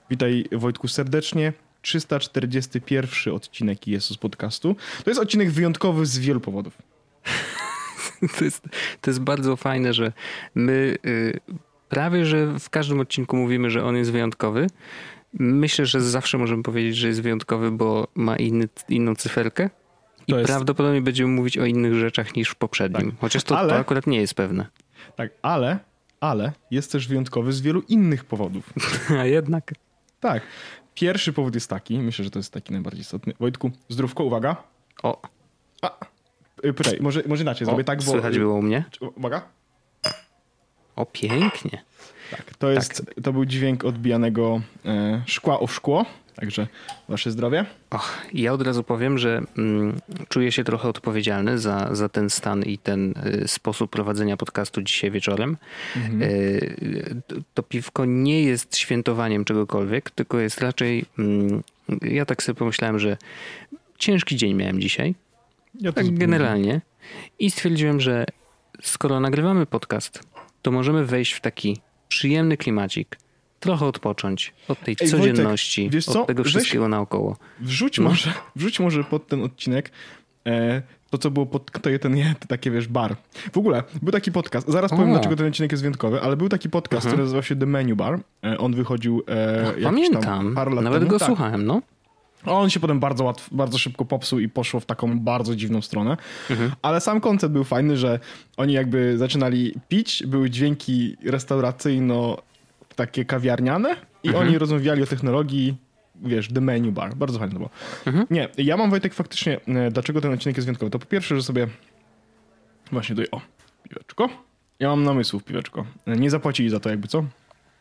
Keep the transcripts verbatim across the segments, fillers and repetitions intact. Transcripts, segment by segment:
Witaj Wojtku serdecznie. trzysta czterdziesty pierwszy odcinek Jesus Podcastu. To jest odcinek wyjątkowy z wielu powodów. To jest, to jest bardzo fajne, że my y, prawie, że w każdym odcinku mówimy, że on jest wyjątkowy. Myślę, że zawsze możemy powiedzieć, że jest wyjątkowy, bo ma inny, inną cyferkę i jest... prawdopodobnie będziemy mówić o innych rzeczach niż w poprzednim. Tak. Chociaż to, ale... to akurat nie jest pewne. Tak, ale, ale jest też wyjątkowy z wielu innych powodów. A jednak. Tak. Pierwszy powód jest taki, myślę, że to jest taki najbardziej istotny. Wojtku, zdrówko, uwaga. O. A, pytaj, może, może inaczej, o, zrobię tak, bo... Słychać było u mnie? Uwaga. O, pięknie. Tak, to jest, tak. To był dźwięk odbijanego e, szkła o szkło, także wasze zdrowie. Och, ja od razu powiem, że mm, czuję się trochę odpowiedzialny za, za ten stan i ten y, sposób prowadzenia podcastu dzisiaj wieczorem. Mhm. Y, to, to piwko nie jest świętowaniem czegokolwiek, tylko jest raczej... Mm, ja tak sobie pomyślałem, że ciężki dzień miałem dzisiaj. Ja tak generalnie. I stwierdziłem, że skoro nagrywamy podcast, to możemy wejść w taki przyjemny klimacik, trochę odpocząć od tej Ej, codzienności, Wojtek, od tego wszystkiego Weź, naokoło. Wrzuć, no. może, wrzuć może pod ten odcinek e, to, co było pod to ten nie, takie wiesz, bar. W ogóle był taki podcast, zaraz o. powiem, dlaczego ten odcinek jest wyjątkowy, ale był taki podcast, uh-huh. który nazywał się The Menu Bar. E, on wychodził e, Ach, Pamiętam, tam parę lat nawet temu. go tak. słuchałem, no. On się potem bardzo łatwo, bardzo szybko popsuł i poszło w taką bardzo dziwną stronę. Mhm. Ale sam koncept był fajny, że oni jakby zaczynali pić, były dźwięki restauracyjno takie kawiarniane i mhm. oni rozmawiali o technologii, wiesz, The Menu Bar. Bardzo fajne to było. Mhm. Nie, ja mam, Wojtek, faktycznie, dlaczego ten odcinek jest wyjątkowy? To po pierwsze, że sobie właśnie tutaj, o, piweczko. Ja mam namysłów piweczko. Nie zapłacili za to jakby, co?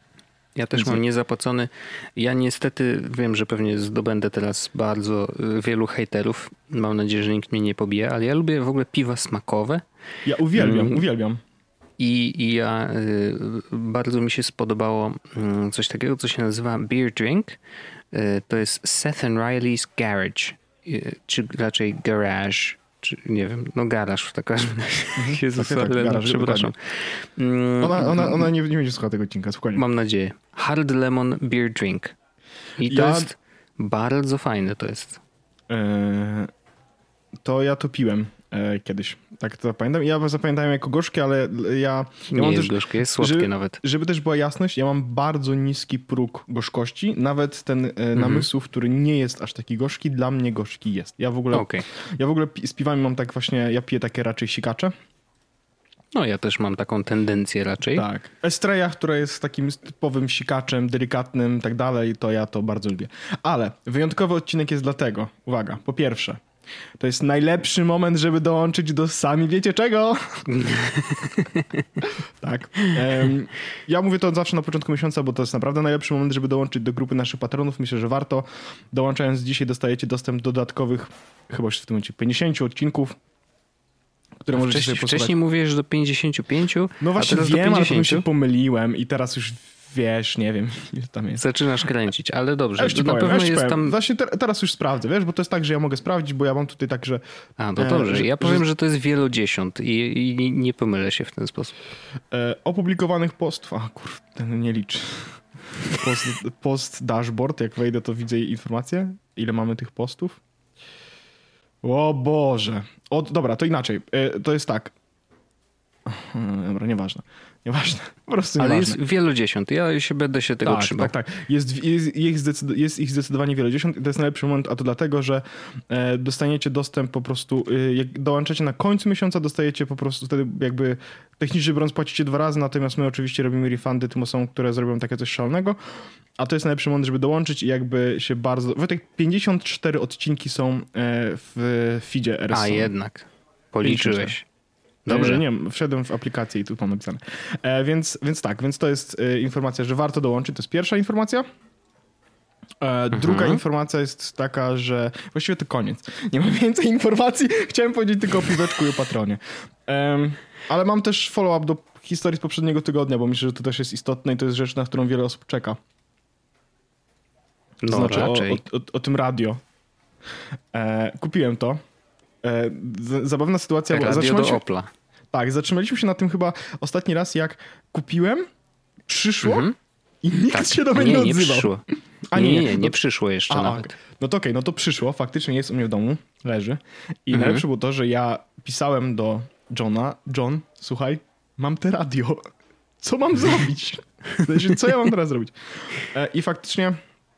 Ja też mam niezapłacony. Ja niestety wiem, że pewnie zdobędę teraz bardzo wielu hejterów. Mam nadzieję, że nikt mnie nie pobije, ale ja lubię w ogóle piwa smakowe. Ja uwielbiam, mm. uwielbiam. I, i ja y, bardzo mi się spodobało y, coś takiego, co się nazywa Beer Drink. Y, to jest Seth and Riley's Garage, y, czy raczej Garage. Czy, nie wiem, no garaż w takim razie. Jezus, tak, tak, ale garaż, przepraszam. Mm, ona ona, ona nie, nie będzie słuchała tego odcinka, spokojnie. Mam nadzieję. Hard Lemon Beer Drink. I to ja... jest bardzo fajne, to jest. Eee, to ja to piłem e, kiedyś. Tak to pamiętam. Ja zapamiętałem jako gorzkie, ale ja... ja nie mam jest też, gorzkie, jest słodkie żeby, nawet. Żeby też była jasność, ja mam bardzo niski próg gorzkości. Nawet ten e, mhm. namysł, który nie jest aż taki gorzki, dla mnie gorzki jest. Ja w ogóle, okay. ja w ogóle z piwami mam tak właśnie, ja piję takie raczej sikacze. No ja też mam taką tendencję raczej. Tak. Estrella, która jest takim typowym sikaczem, delikatnym i tak dalej, to ja to bardzo lubię. Ale wyjątkowy odcinek jest dlatego, uwaga, po pierwsze, to jest najlepszy moment, żeby dołączyć do sami wiecie czego. Tak. Um, ja mówię to zawsze na początku miesiąca, bo to jest naprawdę najlepszy moment, żeby dołączyć do grupy naszych patronów. Myślę, że warto. Dołączając dzisiaj dostajecie dostęp do dodatkowych, chyba już w tym momencie pięćdziesięciu odcinków, które możecie wcześniej, sobie posłuchać. Wcześniej mówisz do pięćdziesięciu pięciu, no właśnie a teraz wiem, do pięćdziesięciu. Ale się pomyliłem i teraz już wiesz, nie wiem, ile tam jest. Zaczynasz kręcić, ale dobrze. Ja ci na powiem, pewno ja jest powiem. tam... Właśnie te, teraz już sprawdzę, wiesz, bo to jest tak, że ja mogę sprawdzić, bo ja mam tutaj tak, że... A, to dobrze. E, ja powiem, że... że to jest wielodziesiąt i, i nie pomylę się w ten sposób. E, opublikowanych postów... A kur, ten nie liczy. Post, post dashboard, jak wejdę, to widzę informacje, ile mamy tych postów. O Boże. O, dobra, to inaczej. E, to jest tak. Dobra, nieważne. Nieważne. Po prostu Ale nieważne. jest wielodziesiąt. Ja się będę się tego tak, trzymał. Tak, tak. Jest, jest, jest, zdecyd- jest ich zdecydowanie wielodziesiąt i to jest najlepszy moment, a to dlatego, że e, dostaniecie dostęp po prostu, e, jak dołączacie na końcu miesiąca, dostajecie po prostu wtedy jakby technicznie biorąc płacicie dwa razy, natomiast my oczywiście robimy refundy tym osobom, które zrobią takie coś szalonego, a to jest najlepszy moment, żeby dołączyć i jakby się bardzo... Wojtek, pięćdziesiąt cztery odcinki są e, w feedzie R S. A jednak. Policzyłeś. Dobrze, nie wiem, wszedłem w aplikację i tu mam napisane. E, więc, więc tak, więc to jest e, informacja, że warto dołączyć. To jest pierwsza informacja. E, mhm. Druga informacja jest taka, że właściwie to koniec. Nie mam więcej informacji. Chciałem powiedzieć tylko o piweczku i o patronie. E, ale mam też follow-up do historii z poprzedniego tygodnia, bo myślę, że to też jest istotne i to jest rzecz, na którą wiele osób czeka. To no znaczy raczej. O, o, o, o tym radio. E, kupiłem to. E, z, zabawna sytuacja. Radio zatrzymaliśmy, do Opla. Tak, zatrzymaliśmy się na tym chyba ostatni raz, jak kupiłem, przyszło mhm. i nikt tak. się do mnie nie, nie nie odzywał. przyszło. A nie, nie, nie, nie, no, nie przyszło jeszcze a, nawet. No to okej, okay, no to przyszło, faktycznie jest u mnie w domu, leży. I Mhm. najlepsze było to, że ja pisałem do Johna, John, słuchaj, mam te radio, co mam zrobić? W sensie, co ja mam teraz zrobić? E, I faktycznie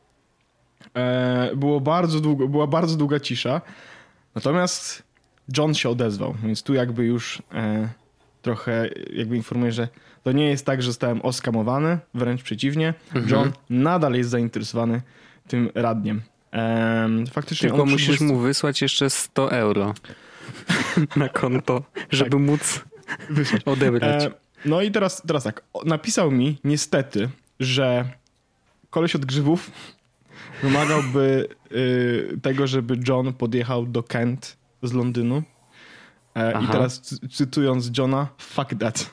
e, było bardzo długo, była bardzo długa cisza, natomiast John się odezwał, więc tu jakby już e, trochę jakby informuję, że to nie jest tak, że zostałem oskamowany, wręcz przeciwnie. Mhm. John nadal jest zainteresowany tym radiem. Ehm, faktycznie Tylko on musisz przy... mu wysłać jeszcze sto euro na konto, żeby tak. móc wysłać. odebrać. E, no i teraz, teraz tak, napisał mi niestety, że koleś od grzybów wymagałby y, tego, żeby John podjechał do Kent z Londynu. E, I teraz cy- cytując Johna, fuck that.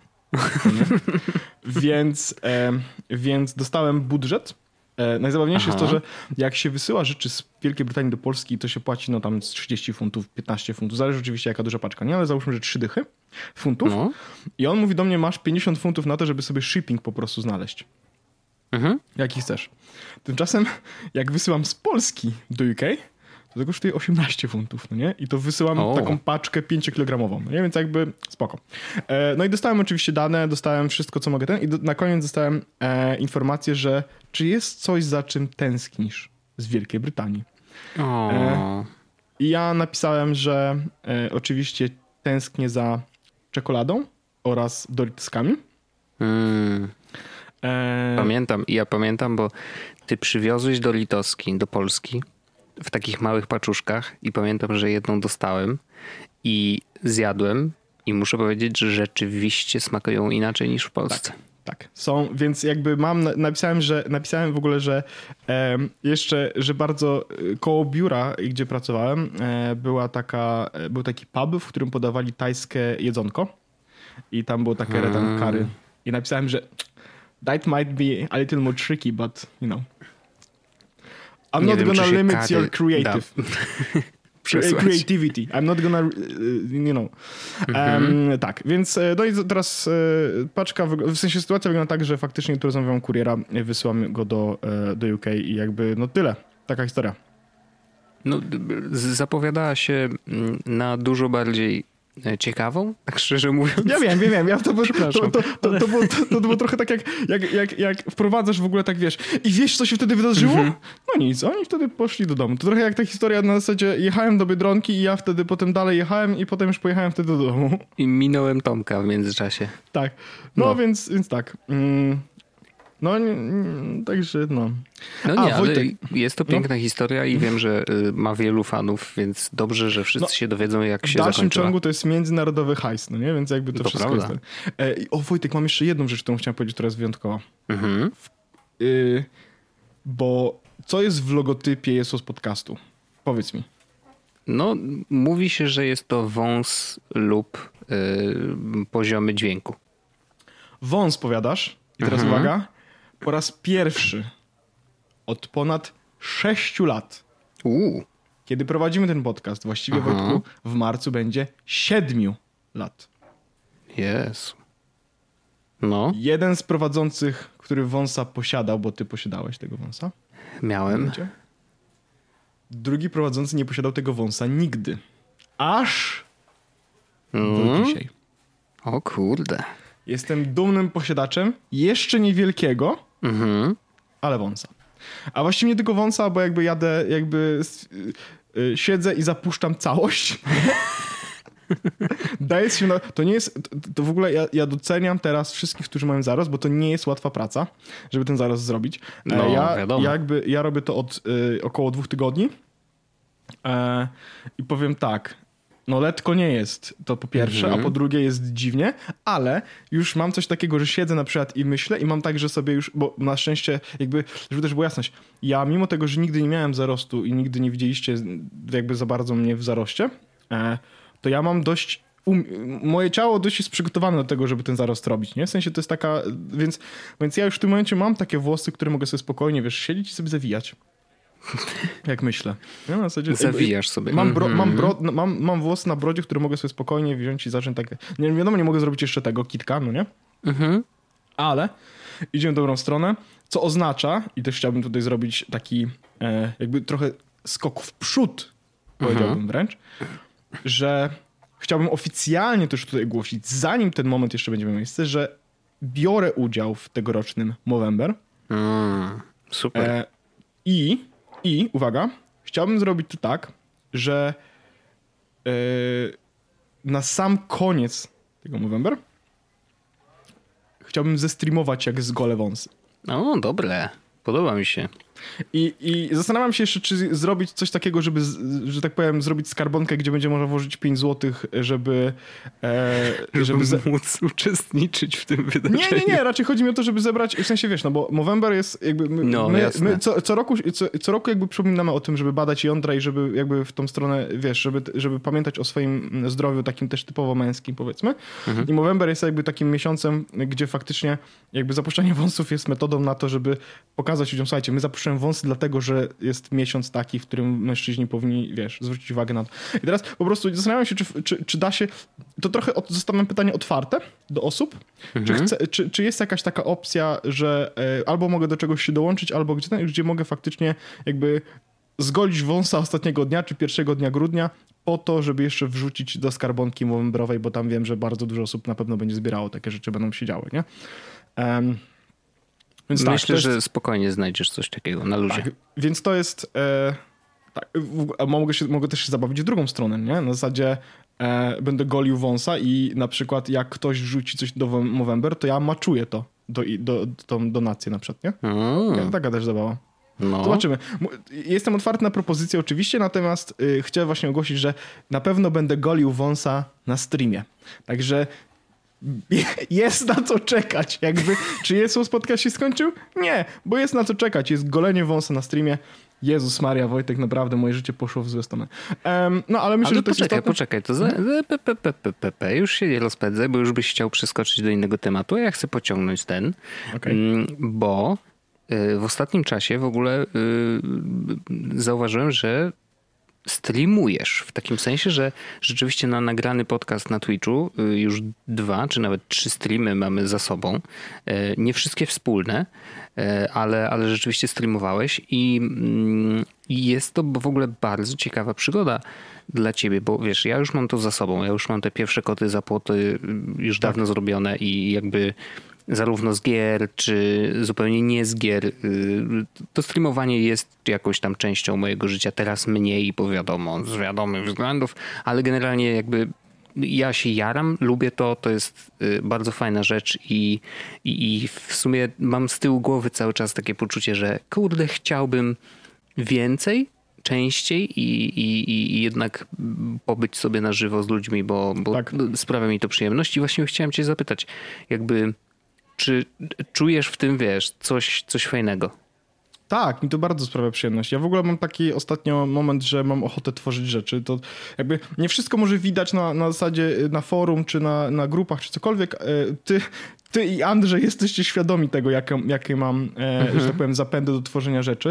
więc, e, więc dostałem budżet. E, najzabawniejsze Aha. jest to, że jak się wysyła rzeczy z Wielkiej Brytanii do Polski, to się płaci no tam z trzydzieści funtów, piętnaście funtów. Zależy oczywiście jaka duża paczka, nie? Ale załóżmy, że trzy dychy funtów. No. I on mówi do mnie, masz pięćdziesiąt funtów na to, żeby sobie shipping po prostu znaleźć. Mhm. Jaki chcesz. Tymczasem jak wysyłam z Polski do U K, to kosztuje osiemnaście funtów, no nie? I to wysyłam oh. taką paczkę pięciokilogramową, no nie? Więc jakby spoko. E, no i dostałem oczywiście dane, dostałem wszystko, co mogę ten i do, na koniec dostałem e, informację, że czy jest coś, za czym tęsknisz z Wielkiej Brytanii. Oh. E, I ja napisałem, że e, oczywiście tęsknię za czekoladą oraz Doritskami. Mm. E... Pamiętam, ja pamiętam, bo ty przywiozłeś Doritowski do Polski w takich małych paczuszkach i pamiętam, że jedną dostałem i zjadłem i muszę powiedzieć, że rzeczywiście smakują inaczej niż w Polsce. Tak, tak. Są, więc jakby mam, napisałem, że napisałem w ogóle, że e, jeszcze, że bardzo koło biura, gdzie pracowałem, e, była taka, był taki pub, w którym podawali tajskie jedzonko i tam było takie hmm. redan curry i napisałem, że that might be a little more tricky, but you know. I'm nie not wiem, gonna limit kary... your creative. creativity. I'm not gonna, you know. Mhm. Um, tak, więc no i teraz paczka, w sensie sytuacja wygląda tak, że faktycznie tu rozmawiam kuriera, wysyłam go do, do U K i jakby no tyle. Taka historia. No, zapowiadała się na dużo bardziej ciekawą, tak szczerze mówiąc. Ja wiem, wiem, wiem. Ja to, było, to, to, to, to, to, było, to, to było trochę tak jak, jak, jak, jak wprowadzasz w ogóle tak, wiesz, i wiesz, co się wtedy wydarzyło? Mm-hmm. No nic, oni wtedy poszli do domu. To trochę jak ta historia na zasadzie jechałem do Biedronki i ja wtedy potem dalej jechałem i potem już pojechałem wtedy do domu. I minąłem Tomka w międzyczasie. Tak. No, no. Więc, więc tak. Mm. No, nie, nie, także no. No nie, A, ale jest to piękna no. historia i wiem, że ma wielu fanów, więc dobrze, że wszyscy no, się dowiedzą, jak się zakończyła. W dalszym ciągu to jest międzynarodowy hajs, no nie? Więc jakby to, to wszystko prawda. jest... E, o Wojtek, mam jeszcze jedną rzecz, którą chciałem powiedzieć, która jest wyjątkowa. Mhm. Y, bo co jest w logotypie Jesus Podcastu? Powiedz mi. No, mówi się, że jest to wąs lub y, poziomy dźwięku. Wąs, powiadasz? I teraz mhm. uwaga. Po raz pierwszy od ponad sześciu lat, Uu. kiedy prowadzimy ten podcast, właściwie Aha. Wojtku, w marcu będzie siedmiu lat. Jezu. No. Jeden z prowadzących, który wąsa posiadał, bo ty posiadałeś tego wąsa. Miałem. Wiecie? Drugi prowadzący nie posiadał tego wąsa nigdy. Aż mm. do dzisiaj. O kurde. Jestem dumnym posiadaczem jeszcze niewielkiego, mhm. ale wąsa. A właściwie nie tylko wąsa, bo jakby jadę, jakby yy, siedzę i zapuszczam całość. Daję się na... To nie jest... To, to w ogóle ja, ja doceniam teraz wszystkich, którzy mają zarost, bo to nie jest łatwa praca, żeby ten zarost zrobić. No, ja, wiadomo. Ja, jakby, ja robię to od y, około dwóch tygodni e, i powiem tak... No letko nie jest, to po pierwsze, mm-hmm. a po drugie jest dziwnie, ale już mam coś takiego, że siedzę na przykład i myślę i mam tak, że sobie już, bo na szczęście jakby, żeby też była jasność, ja mimo tego, że nigdy nie miałem zarostu i nigdy nie widzieliście jakby za bardzo mnie w zaroście, to ja mam dość, um, moje ciało dość jest przygotowane do tego, żeby ten zarost robić, nie? W sensie to jest taka, więc, więc ja już w tym momencie mam takie włosy, które mogę sobie spokojnie, wiesz, siedzieć i sobie zawijać. Jak myślę. Ja na zasadzie, Zawijasz sobie. Mam, bro, mam, bro, mam, mam włosy na brodzie, które mogę sobie spokojnie wziąć i zacząć tak... Nie wiadomo, nie mogę zrobić jeszcze tego kitka, no nie? Mhm. Ale idziemy w dobrą stronę. Co oznacza, i też chciałbym tutaj zrobić taki e, jakby trochę skok w przód, powiedziałbym mhm. wręcz, że chciałbym oficjalnie też tutaj ogłosić, zanim ten moment jeszcze będzie miał miejsce, że biorę udział w tegorocznym Movember. Mm, super. E, i, I, uwaga, chciałbym zrobić to tak, że e, na sam koniec tego Movember chciałbym zestreamować, jak zgolę wąsy. O, dobre. Podoba mi się. I, I zastanawiam się jeszcze, czy zrobić coś takiego, żeby, że tak powiem, zrobić skarbonkę, gdzie będzie można włożyć pięć złotych, żeby... E, żeby, żeby ze... móc uczestniczyć w tym wydarzeniu. Nie, nie, nie. Raczej chodzi mi o to, żeby zebrać... W sensie, wiesz, no bo Movember jest jakby... My, no, my, jasne. my co, co, roku, co, co roku jakby przypominamy o tym, żeby badać jądra i żeby jakby w tą stronę, wiesz, żeby, żeby pamiętać o swoim zdrowiu takim też typowo męskim, powiedzmy. Mhm. I Movember jest jakby takim miesiącem, gdzie faktycznie jakby zapuszczanie wąsów jest metodą na to, żeby pokazać ludziom, słuchajcie, my zapuszczamy wąsy dlatego, że jest miesiąc taki, w którym mężczyźni powinni, wiesz, zwrócić uwagę na to. I teraz po prostu zastanawiam się, czy, czy, czy da się, to trochę od, zostawiam pytanie otwarte do osób, mhm. czy, chce, czy, czy jest jakaś taka opcja, że e, albo mogę do czegoś się dołączyć, albo gdzie, gdzie mogę faktycznie jakby zgolić wąsa ostatniego dnia, czy pierwszego dnia grudnia, po to, żeby jeszcze wrzucić do skarbonki movemberowej, bo tam wiem, że bardzo dużo osób na pewno będzie zbierało, takie rzeczy będą się działy, nie? Um, Więc Myślę, tak, jest... że spokojnie znajdziesz coś takiego na luzie. Tak, więc to jest... E, tak, mogę, się, mogę też się zabawić w drugą stronę, nie? Na zasadzie e, będę golił wąsa i na przykład jak ktoś rzuci coś do Movember, to ja maczuję to, do, do, do, tą donację na przykład, nie? Mm. Taka też zabawa. No. Zobaczymy. Jestem otwarty na propozycję oczywiście, natomiast y, chcę właśnie ogłosić, że na pewno będę golił wąsa na streamie. Także jest na co czekać. Jakby, czy Jezus podcast się skończył? Nie, bo jest na co czekać. Jest golenie wąsa na streamie. Jezus Maria, Wojtek, naprawdę moje życie poszło w złe strony. Um, no ale myślę, ale że to poczekaj, jest poczekaj, to za, pe, pe, pe, pe, pe, pe. Już się nie rozpędzę, bo już byś chciał przeskoczyć do innego tematu, a ja chcę pociągnąć ten, okay. bo w ostatnim czasie w ogóle zauważyłem, że streamujesz w takim sensie, że rzeczywiście na nagrany podcast na Twitchu już dwa, czy nawet trzy streamy mamy za sobą. Nie wszystkie wspólne, ale, ale rzeczywiście streamowałeś i, i jest to w ogóle bardzo ciekawa przygoda dla ciebie, bo wiesz, ja już mam to za sobą, ja już mam te pierwsze koty za płoty już dawno tak. zrobione i jakby zarówno z gier, czy zupełnie nie z gier. To streamowanie jest jakąś tam częścią mojego życia. Teraz mniej, bo wiadomo, z wiadomych względów, ale generalnie jakby ja się jaram, lubię to, to jest bardzo fajna rzecz i, i, i w sumie mam z tyłu głowy cały czas takie poczucie, że kurde, chciałbym więcej, częściej i, i, i jednak pobyć sobie na żywo z ludźmi, bo, bo tak. sprawia mi to przyjemność i właśnie chciałem cię zapytać, jakby czy czujesz w tym, wiesz, coś, coś fajnego? Tak, mi to bardzo sprawia przyjemność. Ja w ogóle mam taki ostatnio moment, że mam ochotę tworzyć rzeczy. To jakby nie wszystko może widać na, na zasadzie na forum, czy na, na grupach, czy cokolwiek. Ty, ty i Andrzej jesteście świadomi tego, jakie, jakie mam, mhm. że tak powiem, zapędy do tworzenia rzeczy.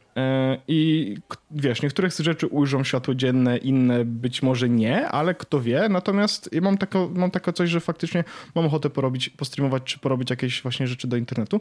I wiesz, niektóre z tych rzeczy ujrzą światło dzienne, inne być może nie, ale kto wie. Natomiast ja mam tako, mam takie coś, że faktycznie mam ochotę porobić, postreamować, czy porobić jakieś właśnie rzeczy do internetu.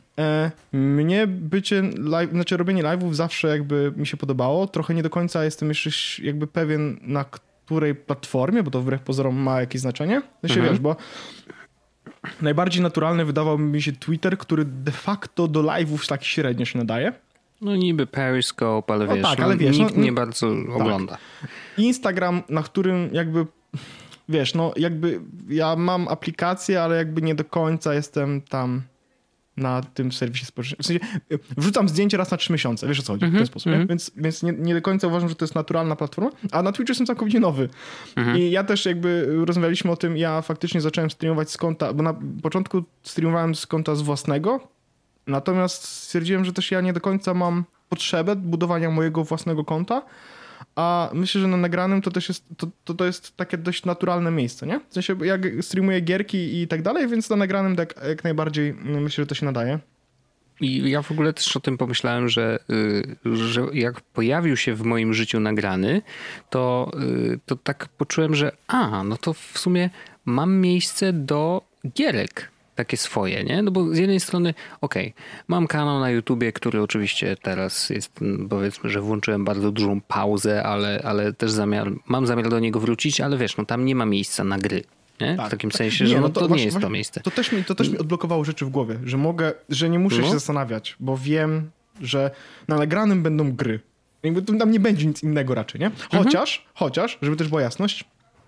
Mnie bycie live, znaczy robienie live'ów zawsze jakby mi się podobało. Trochę nie do końca jestem jeszcze jakby pewien, na której platformie, bo to wbrew pozorom ma jakieś znaczenie. No się mhm. wiesz, bo najbardziej naturalny wydawał mi się Twitter, który de facto do live'ów tak średnio się nadaje. No niby Periscope, ale wiesz, no tak, ale wiesz nikt no, nie bardzo tak. ogląda. Instagram, na którym jakby, wiesz, no jakby ja mam aplikację, ale jakby nie do końca jestem tam na tym serwisie społecznym. W sensie wrzucam zdjęcie raz na trzy miesiące, wiesz o co chodzi, mm-hmm, w ten sposób. Mm-hmm. Więc, więc nie, nie do końca uważam, że to jest naturalna platforma, a na Twitchu jestem całkowicie nowy. Mm-hmm. I ja też jakby rozmawialiśmy o tym, ja faktycznie zacząłem streamować z konta, bo na początku streamowałem z konta z własnego, natomiast stwierdziłem, że też ja nie do końca mam potrzebę budowania mojego własnego konta, a myślę, że na nagranym to też jest, to, to, to jest takie dość naturalne miejsce, nie? W sensie ja streamuję gierki i tak dalej, więc na nagranym tak jak najbardziej myślę, że to się nadaje. I ja w ogóle też o tym pomyślałem, że, że jak pojawił się w moim życiu nagrany, to, to tak poczułem, że a, no to w sumie mam miejsce do gierek. takie swoje, nie? No bo z jednej strony, okej, okay, mam kanał na YouTubie, który oczywiście teraz jest, powiedzmy, że włączyłem bardzo dużą pauzę, ale, ale też zamiar, mam zamiar do niego wrócić, ale wiesz, no tam nie ma miejsca na gry. Nie? Tak, w takim sensie, nie, że no to, to właśnie, nie jest to miejsce. To też, mi, to też mi odblokowało rzeczy w głowie, że mogę, że nie muszę no. się zastanawiać, bo wiem, że na nagranym będą gry. Jakby tam nie będzie nic innego raczej, nie? Chociaż, mhm. chociaż, żeby też była jasność,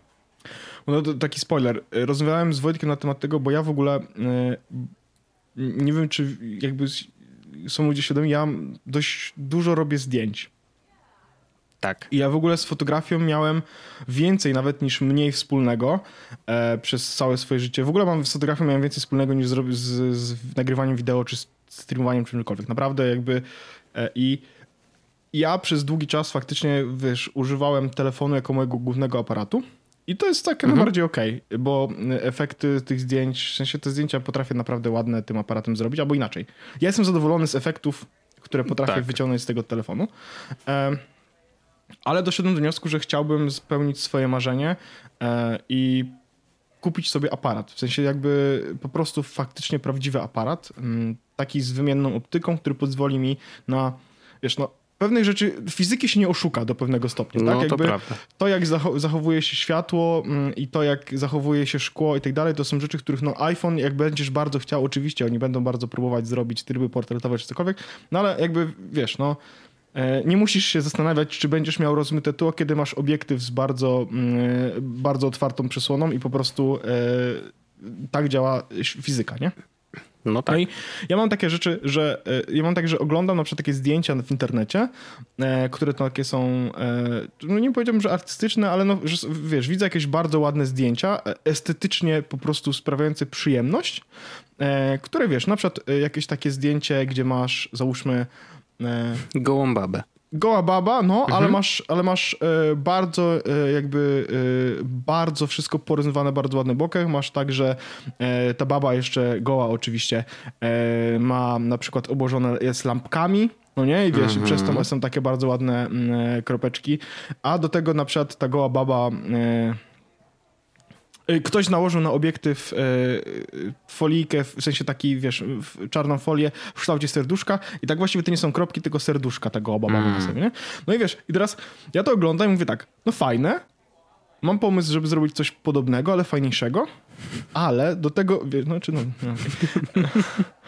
no to taki spoiler, rozmawiałem z Wojtkiem na temat tego, bo ja w ogóle nie wiem, czy jakby są ludzie świadomi, ja dość dużo robię zdjęć. Tak. I ja w ogóle z fotografią miałem więcej nawet niż mniej wspólnego e, przez całe swoje życie. W ogóle mam z fotografią miałem więcej wspólnego niż z, z, z nagrywaniem wideo czy streamowaniem czymkolwiek. Naprawdę jakby e, i ja przez długi czas faktycznie, wiesz, używałem telefonu jako mojego głównego aparatu. I to jest tak mhm. najbardziej okej, okay, bo efekty tych zdjęć, w sensie te zdjęcia potrafię naprawdę ładne tym aparatem zrobić, albo inaczej. Ja jestem zadowolony z efektów, które potrafię tak. wyciągnąć z tego telefonu. E, ale doszedłem do wniosku, że chciałbym spełnić swoje marzenie e, i kupić sobie aparat. W sensie jakby po prostu faktycznie prawdziwy aparat, m, taki z wymienną optyką, który pozwoli mi na, wiesz, no pewnych rzeczy, fizyki się nie oszuka do pewnego stopnia. No, tak? Jakby to prawda. To, jak zachowuje się światło mm, i to, jak zachowuje się szkło i tak dalej, to są rzeczy, których no iPhone, jak będziesz bardzo chciał, oczywiście oni będą bardzo próbować zrobić tryby portretowe czy cokolwiek, no ale jakby, wiesz, no e, nie musisz się zastanawiać, czy będziesz miał rozmyte tło, kiedy masz obiektyw z bardzo, mm, bardzo otwartą przysłoną i po prostu e, tak działa fizyka, nie? No tak. No i ja mam takie rzeczy, że ja mam tak, że oglądam na przykład takie zdjęcia w internecie, e, które to takie są, e, no nie powiedziałbym, że artystyczne, ale no, że, wiesz, widzę jakieś bardzo ładne zdjęcia, estetycznie po prostu sprawiające przyjemność, e, które wiesz, na przykład jakieś takie zdjęcie, gdzie masz, załóżmy... E, Gołą babę. Goła baba, no, mhm. ale masz, ale masz e, bardzo e, jakby e, bardzo wszystko porozmawiane bardzo ładny bokach. Masz tak, że e, ta baba jeszcze goła oczywiście e, ma na przykład obłożone jest lampkami, no nie? I wiesz, mhm. przez to są takie bardzo ładne m, kropeczki. A do tego na przykład ta goła baba... E, Ktoś nałożył na obiektyw e, folijkę, w sensie taki, wiesz, czarną folię w kształcie serduszka i tak właściwie to nie są kropki, tylko serduszka tego obama mm. na sobie, nie? No i wiesz, i teraz ja to oglądam i mówię tak, no fajne, mam pomysł, żeby zrobić coś podobnego, ale fajniejszego, ale do tego, wiesz, no czy no... no okay.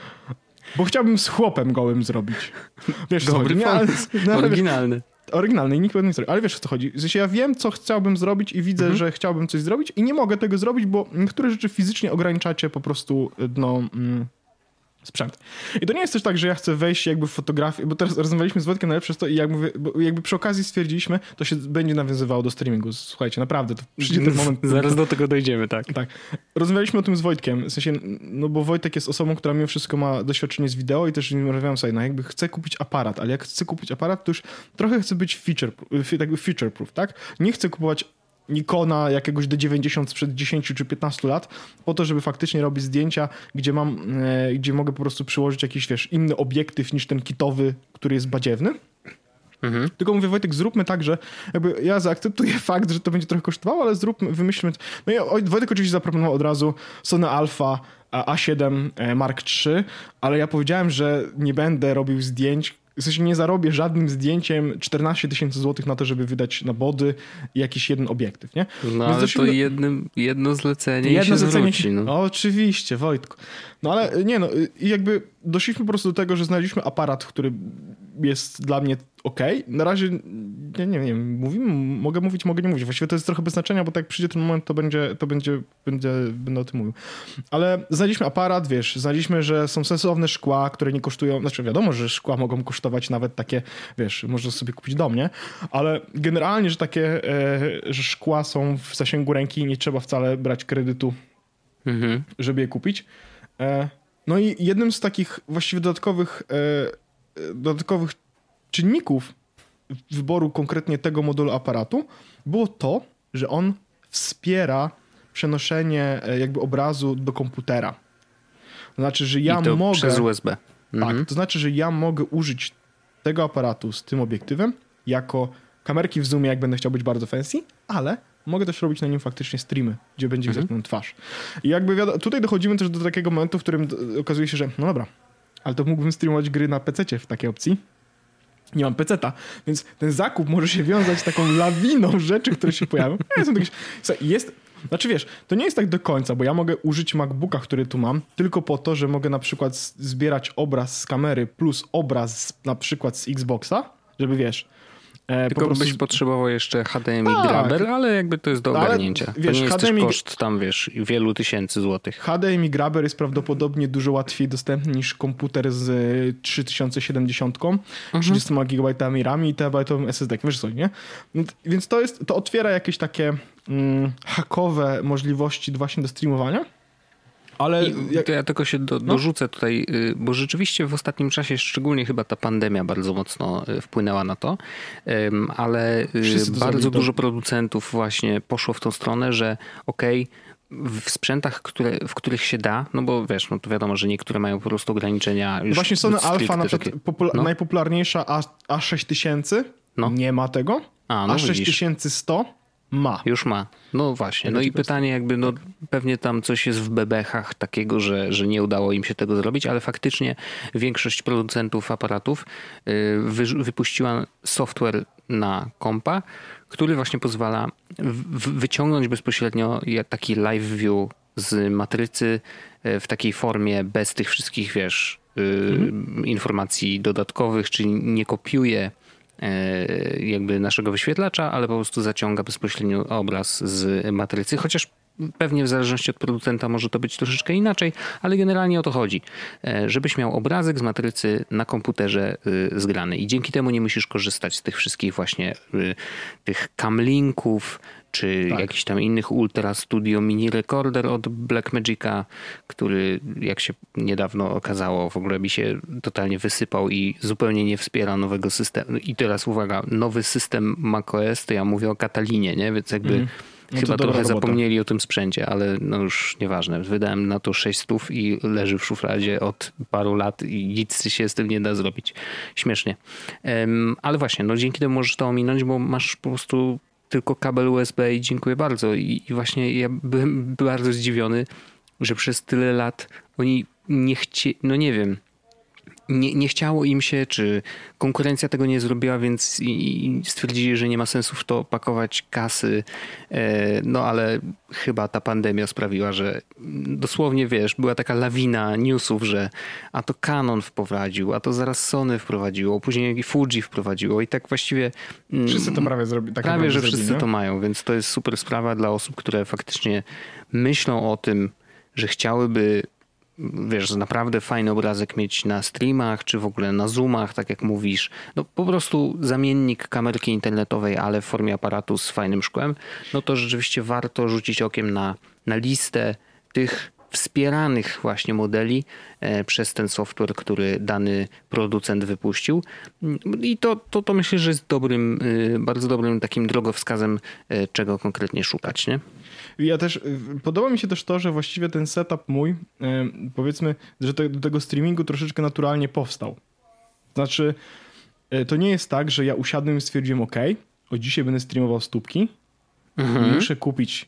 Bo chciałbym z chłopem gołym zrobić. Wiesz, dobry nie, ale, no, oryginalny. Oryginalny i nikt pewnie nie zrobi. Ale wiesz, o co chodzi. W sensie ja wiem, co chciałbym zrobić i widzę, mhm. że chciałbym coś zrobić i nie mogę tego zrobić, bo niektóre rzeczy fizycznie ograniczacie po prostu no, mm, sprzęt. I to nie jest też tak, że ja chcę wejść jakby w fotografię, bo teraz rozmawialiśmy z Wojtkiem najlepsze przez to i jak mówię, bo jakby przy okazji stwierdziliśmy, to się będzie nawiązywało do streamingu. Słuchajcie, naprawdę, to przyjdzie ten moment. Zaraz do tego dojdziemy, tak. Tak. Rozmawialiśmy o tym z Wojtkiem, w sensie, no bo Wojtek jest osobą, która mimo wszystko ma doświadczenie z wideo i też rozmawiałem sobie, no jakby chcę kupić aparat, ale jak chcę kupić aparat, to już trochę chcę być feature, jakby feature proof, tak? Nie chcę kupować Nikona jakiegoś D dziewięćdziesiąt sprzed dziesięć czy piętnaście lat, po to, żeby faktycznie robić zdjęcia, gdzie mam, e, gdzie mogę po prostu przyłożyć jakiś, wiesz, inny obiektyw niż ten kitowy, który jest badziewny. Mhm. Tylko mówię, Wojtek, zróbmy tak, że jakby ja zaakceptuję fakt, że to będzie trochę kosztowało, ale zróbmy, wymyślmy. No i Wojtek oczywiście zaproponował od razu Sony Alpha A siedem Mark trzy, ale ja powiedziałem, że nie będę robił zdjęć, w sensie nie zarobię żadnym zdjęciem czternaście tysięcy złotych na to, żeby wydać na body i jakiś jeden obiektyw, nie? No Więc ale to do... jednym, jedno zlecenie jedno i się zlecenie zwróci. No. O, oczywiście, Wojtku. No ale nie no, i jakby doszliśmy po prostu do tego, że znaleźliśmy aparat, który jest dla mnie okej. Okay. Na razie, nie, nie wiem, mówimy, mogę mówić, mogę nie mówić. Właściwie to jest trochę bez znaczenia, bo tak jak przyjdzie ten moment, to będzie, to będzie, będzie będę o tym mówił. Ale znaleźliśmy aparat, wiesz, znaleźliśmy, że są sensowne szkła, które nie kosztują, znaczy wiadomo, że szkła mogą kosztować nawet takie, wiesz, można sobie kupić dom, nie? Ale generalnie, że takie, e, że szkła są w zasięgu ręki i nie trzeba wcale brać kredytu, mhm. żeby je kupić. E, no i jednym z takich właściwie dodatkowych, e, dodatkowych czynników wyboru konkretnie tego modelu aparatu było to, że on wspiera przenoszenie jakby obrazu do komputera. To znaczy, że ja I to mogę... przez U S B. Mhm. Tak, to znaczy, że ja mogę użyć tego aparatu z tym obiektywem jako kamerki w zoomie, jak będę chciał być bardzo fancy, ale mogę też robić na nim faktycznie streamy, gdzie będzie mhm. widać moją twarz. I jakby wiadomo, tutaj dochodzimy też do takiego momentu, w którym okazuje się, że no dobra, ale to mógłbym streamować gry na pececie w takiej opcji. Nie mam peceta, więc ten zakup może się wiązać z taką lawiną rzeczy, które się pojawią. Jest, znaczy wiesz, to nie jest tak do końca, bo ja mogę użyć MacBooka, który tu mam, tylko po to, że mogę na przykład zbierać obraz z kamery plus obraz na przykład z Xboxa, żeby wiesz... E, Tylko po prostu... byś potrzebował jeszcze H D M I tak. Grabber, ale jakby to jest do ogarnięcia. Ale, wiesz, to nie jest H D M I... też koszt tam, wiesz, wielu tysięcy złotych. H D M I Grabber jest prawdopodobnie dużo łatwiej dostępny niż komputer z trzy tysiące siedemdziesiąt, mhm. trzydziestoma gigabajtami RAM i terabajtowym S S D. Wiesz co, nie? Więc to jest, to otwiera jakieś takie mm, hakowe możliwości właśnie do streamowania. Ale jak... to ja tylko się do, dorzucę tutaj, bo rzeczywiście w ostatnim czasie, szczególnie chyba ta pandemia bardzo mocno wpłynęła na to, ale bardzo dużo producentów właśnie poszło w tą stronę, że okej, okay, w sprzętach, które, w których się da, no bo wiesz, no to wiadomo, że niektóre mają po prostu ograniczenia. Już właśnie Sony Alpha, na przykład popula- no. najpopularniejsza A sześć tysięcy no. nie ma tego, A, no A sześć tysięcy sto ma. Już ma. No właśnie. No i pytanie jakby, no tak. pewnie tam coś jest w bebechach takiego, że, że nie udało im się tego zrobić, ale faktycznie większość producentów aparatów wy, wypuściła software na kompa, który właśnie pozwala w, wyciągnąć bezpośrednio taki live view z matrycy w takiej formie bez tych wszystkich, wiesz, mhm. informacji dodatkowych, czyli nie kopiuje jakby naszego wyświetlacza, ale po prostu zaciąga bezpośrednio obraz z matrycy, chociaż pewnie w zależności od producenta może to być troszeczkę inaczej, ale generalnie o to chodzi, żebyś miał obrazek z matrycy na komputerze zgrany i dzięki temu nie musisz korzystać z tych wszystkich właśnie tych camlinków, czy tak. jakichś tam innych Ultra Studio Mini Recorder od Blackmagica, który jak się niedawno okazało w ogóle mi się totalnie wysypał i zupełnie nie wspiera nowego systemu. I teraz uwaga, nowy system macOS, to ja mówię o Katalinie, nie? Więc jakby mm. no chyba trochę zapomnieli o tym sprzęcie, ale no już nieważne. Wydałem na to sześć stów i leży w szufladzie od paru lat i nic się z tym nie da zrobić. Śmiesznie. Um, ale właśnie, no dzięki temu możesz to ominąć, bo masz po prostu tylko kabel U S B i dziękuję bardzo. I, i właśnie ja byłem bardzo zdziwiony, że przez tyle lat oni nie chcieli, no nie wiem, nie, nie chciało im się, czy konkurencja tego nie zrobiła, więc i, i stwierdzili, że nie ma sensu w to pakować kasy. E, no ale chyba ta pandemia sprawiła, że dosłownie, wiesz, była taka lawina newsów, że a to Canon wprowadził, a to zaraz Sony wprowadziło, później Fuji wprowadziło i tak właściwie... Wszyscy to prawie zrobili. Tak prawie, że zrobi, wszyscy nie? to mają, więc to jest super sprawa dla osób, które faktycznie myślą o tym, że chciałyby, wiesz, naprawdę fajny obrazek mieć na streamach, czy w ogóle na zoomach, tak jak mówisz. No po prostu zamiennik kamerki internetowej, ale w formie aparatu z fajnym szkłem. No to rzeczywiście warto rzucić okiem na, na listę tych wspieranych właśnie modeli e, przez ten software, który dany producent wypuścił. I to, to, to myślę, że jest dobrym, y, bardzo dobrym takim drogowskazem, y, czego konkretnie szukać, nie? Ja też, podoba mi się też to, że właściwie ten setup mój, powiedzmy, że to, do tego streamingu troszeczkę naturalnie powstał. Znaczy, to nie jest tak, że ja usiadłem i stwierdziłem, ok, o dzisiaj będę streamował stópki, mhm. muszę kupić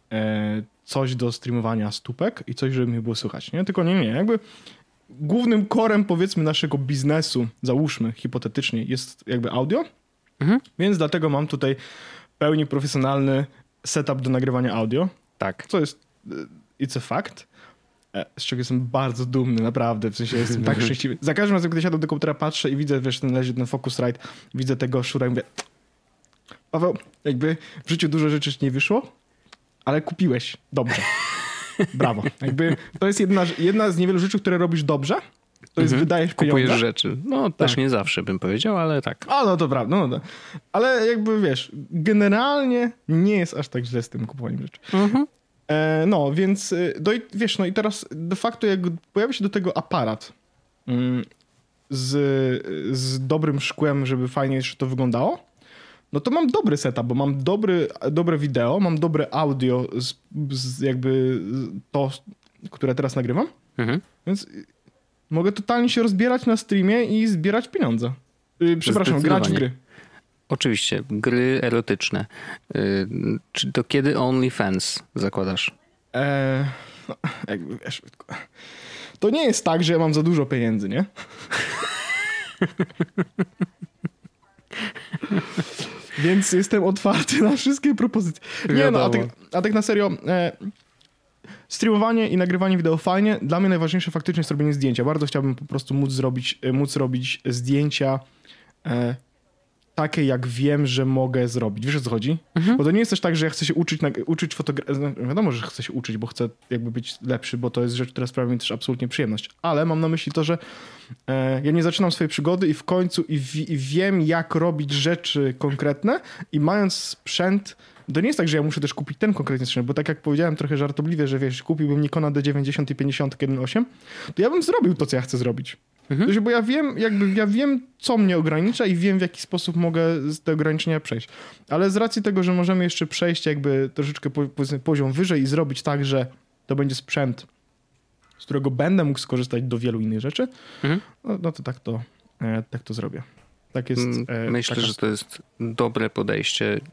coś do streamowania stópek i coś, żeby mnie było słychać, nie? Tylko nie, nie, jakby głównym korem, powiedzmy, naszego biznesu, załóżmy hipotetycznie, jest jakby audio, mhm. więc dlatego mam tutaj pełni profesjonalny setup do nagrywania audio. Tak. Co jest, it's a fact, z czego jestem bardzo dumny, naprawdę, w sensie jestem tak szczęśliwy. Za każdym razem, gdy siadam do komputera, patrzę i widzę, wiesz, ten leży ten Focusrite, widzę tego Shure'a i mówię, Paweł, jakby w życiu dużo rzeczy nie wyszło, ale kupiłeś dobrze. Brawo. Jakby to jest jedna, jedna z niewielu rzeczy, które robisz dobrze, to jest, mhm. wydajesz pieniądze. Kupujesz rzeczy. No tak. Też nie zawsze bym powiedział, ale tak. A no to prawda. No, no. Ale jakby wiesz, generalnie nie jest aż tak źle z tym kupowaniem rzeczy. Mhm. E, no więc do, wiesz, no i teraz de facto jak pojawi się do tego aparat mm, z, z dobrym szkłem, żeby fajnie jeszcze to wyglądało, no to mam dobry setup, bo mam dobry, dobre wideo, mam dobre audio z, z jakby to, które teraz nagrywam. Mhm. Więc mogę totalnie się rozbierać na streamie i zbierać pieniądze. Yy, przepraszam, grać w gry. Oczywiście, gry erotyczne. Yy, czy to kiedy OnlyFans zakładasz? Eee, no, jakby wiesz, to nie jest tak, że ja mam za dużo pieniędzy, nie? Więc jestem otwarty na wszystkie propozycje. Nie Wiadomo. no, a tak, a tak na serio, e, streamowanie i nagrywanie wideo fajnie. Dla mnie najważniejsze faktycznie jest robienie zdjęcia. Bardzo chciałbym po prostu móc zrobić, móc robić zdjęcia e, takie, jak wiem, że mogę zrobić. Wiesz, o co chodzi? Mhm. Bo to nie jest też tak, że ja chcę się uczyć, uczyć fotografii. Wiadomo, że chcę się uczyć, bo chcę jakby być lepszy, bo to jest rzecz, która sprawia mi też absolutnie przyjemność. Ale mam na myśli to, że e, ja nie zaczynam swojej przygody i w końcu i, w, i wiem, jak robić rzeczy konkretne i mając sprzęt, to nie jest tak, że ja muszę też kupić ten konkretny sprzęt, bo tak jak powiedziałem trochę żartobliwie, że wiesz, kupiłbym Nikona D dziewięćdziesiąt i pięćdziesiąt jeden osiem, to ja bym zrobił to, co ja chcę zrobić. Mhm. Bo ja wiem, jakby ja wiem, co mnie ogranicza i wiem, w jaki sposób mogę z te ograniczenia przejść. Ale z racji tego, że możemy jeszcze przejść jakby troszeczkę poziom wyżej i zrobić tak, że to będzie sprzęt, z którego będę mógł skorzystać do wielu innych rzeczy, mhm. no, no to tak to, e, tak to zrobię. Tak jest, e, Myślę, taka... że to jest dobre podejście.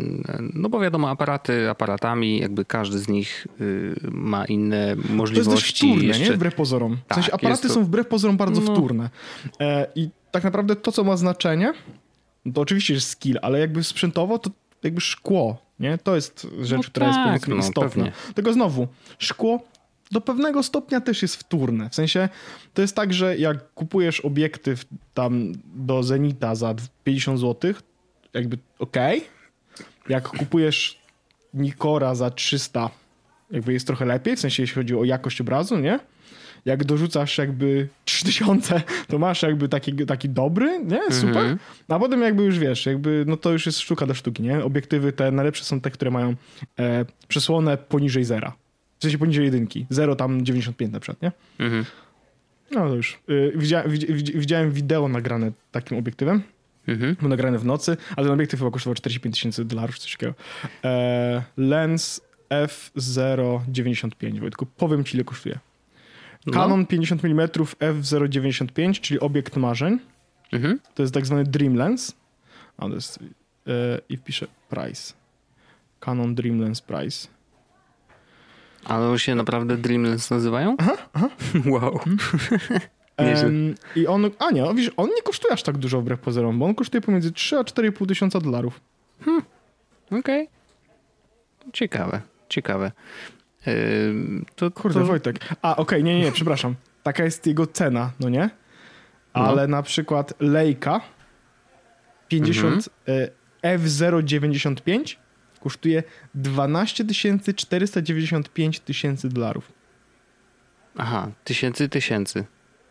No bo wiadomo, aparaty aparatami, jakby każdy z nich y, ma inne możliwości. To jest też wtórne, jeszcze... nie? Wbrew pozorom. W sensie tak, aparaty to... są wbrew pozorom bardzo no. wtórne. E, I tak naprawdę to, co ma znaczenie, to oczywiście jest skill, ale jakby sprzętowo to jakby szkło, nie? To jest rzecz, no która tak, jest powiedzmy no, istotna. Pewnie. Tylko znowu, szkło do pewnego stopnia też jest wtórne. W sensie to jest tak, że jak kupujesz obiektyw tam do Zenita za pięćdziesiąt złotych, jakby okej. Okay. Jak kupujesz Nikora za trzysta, jakby jest trochę lepiej, w sensie jeśli chodzi o jakość obrazu, nie? Jak dorzucasz jakby trzy tysiące, to masz jakby taki, taki dobry, nie? Super. Mm-hmm. A potem jakby już wiesz, jakby no to już jest sztuka do sztuki, nie? Obiektywy te najlepsze są te, które mają e, przesłonę poniżej zera. W sensie poniżej jedynki. Zero tam dziewięćdziesiąt pięć na przykład, nie? Mhm. No to już. Y, widziałem, widziałem wideo nagrane takim obiektywem. Mhm. Było nagrane w nocy, ale ten obiektyw chyba kosztował czterdzieści pięć tysięcy dolarów, coś takiego. E, lens F zero dziewięćdziesiąt pięć, Wojtku. Powiem ci, ile kosztuje. Canon no. pięćdziesiąt milimetrów F zero dziewięćdziesiąt pięć, czyli obiekt marzeń. Mhm. To jest tak zwany Dream Lens. A to jest... E, I wpiszę price. Canon Dream Lens price. Ale one się naprawdę Dream Lens nazywają? Aha, aha. Wow. um, I on, a nie, widzisz, on nie kosztuje aż tak dużo wbrew pozorom, bo on kosztuje pomiędzy trzy a cztery i pół tysiąca dolarów. Hmm. Okej. Okay. Ciekawe, ciekawe. Yy, to, Kurde, to... Wojtek. A, okej, okay, nie, nie, nie, przepraszam. Taka jest jego cena, no nie? Ale no. Na przykład Leica pięćdziesiąt mhm. F zero dziewięćdziesiąt pięć kosztuje dwanaście tysięcy czterysta dziewięćdziesiąt pięć tysięcy dolarów. Aha, tysięcy, tysięcy.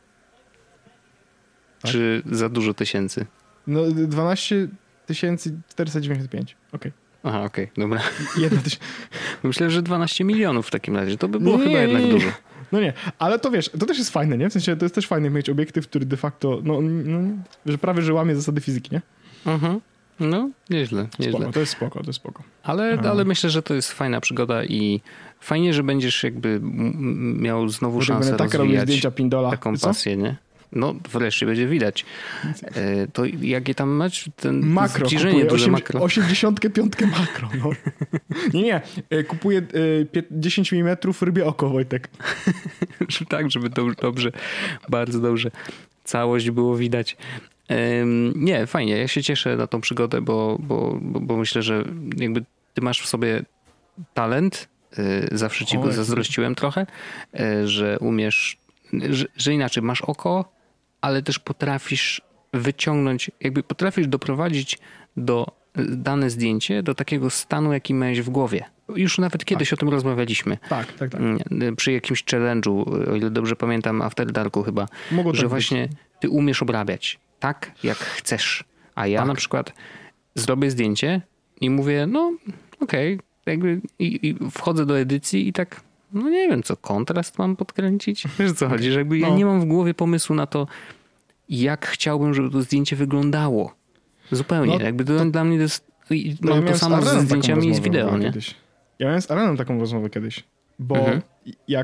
Tak? Czy za dużo tysięcy? No dwanaście tysięcy czterysta dziewięćdziesiąt pięć. Okej. Okay. Aha, okej, okay, dobra. tyś... Myślę, że dwanaście milionów w takim razie. To by było nie, chyba jednak nie, nie. dużo. No nie, ale to wiesz, to też jest fajne, nie? W sensie to jest też fajne mieć obiektyw, który de facto, no, no że prawie, że łamie zasady fizyki, nie? Mhm. No, nieźle, nieźle. Spoko, to jest spoko, to jest spoko. Ale, ale myślę, że to jest fajna przygoda i fajnie, że będziesz jakby miał znowu Bo szansę tak rozwijać zdjęcia Pindola. Taką pasję, nie? No, wreszcie będzie widać. E, to jakie tam masz? Ten makro kupuję, osiem, makro. osiemdziesiąt pięć makro. No. Nie, nie. Kupuję dziesięć milimetrów rybie oko, Wojtek. Tak, żeby to dobrze, bardzo dobrze całość było widać. Nie, fajnie. Ja się cieszę na tą przygodę, bo, bo, bo, bo myślę, że jakby ty masz w sobie talent. Zawsze ci go zazdrościłem trochę, że umiesz, że, że inaczej masz oko, ale też potrafisz wyciągnąć, jakby potrafisz doprowadzić do dane zdjęcie do takiego stanu, jaki miałeś w głowie. Już nawet kiedyś tak. o tym rozmawialiśmy. Tak, tak, tak. Przy jakimś challenge'u, o ile dobrze pamiętam, After Darku chyba, Mogło że tak właśnie być. Ty umiesz obrabiać tak, jak chcesz. A ja tak. na przykład zrobię zdjęcie i mówię, no okej, okay, jakby i, i wchodzę do edycji i tak, no nie wiem, co kontrast mam podkręcić. Wiesz co chodzi, że jakby no. ja nie mam w głowie pomysłu na to, jak chciałbym, żeby to zdjęcie wyglądało. Zupełnie. No, jakby to, to dla mnie to jest, no mam ja to samo ze zdjęciami i z wideo, nie? Kiedyś. Ja miałem z Aaronem taką rozmowę kiedyś, bo mhm. jak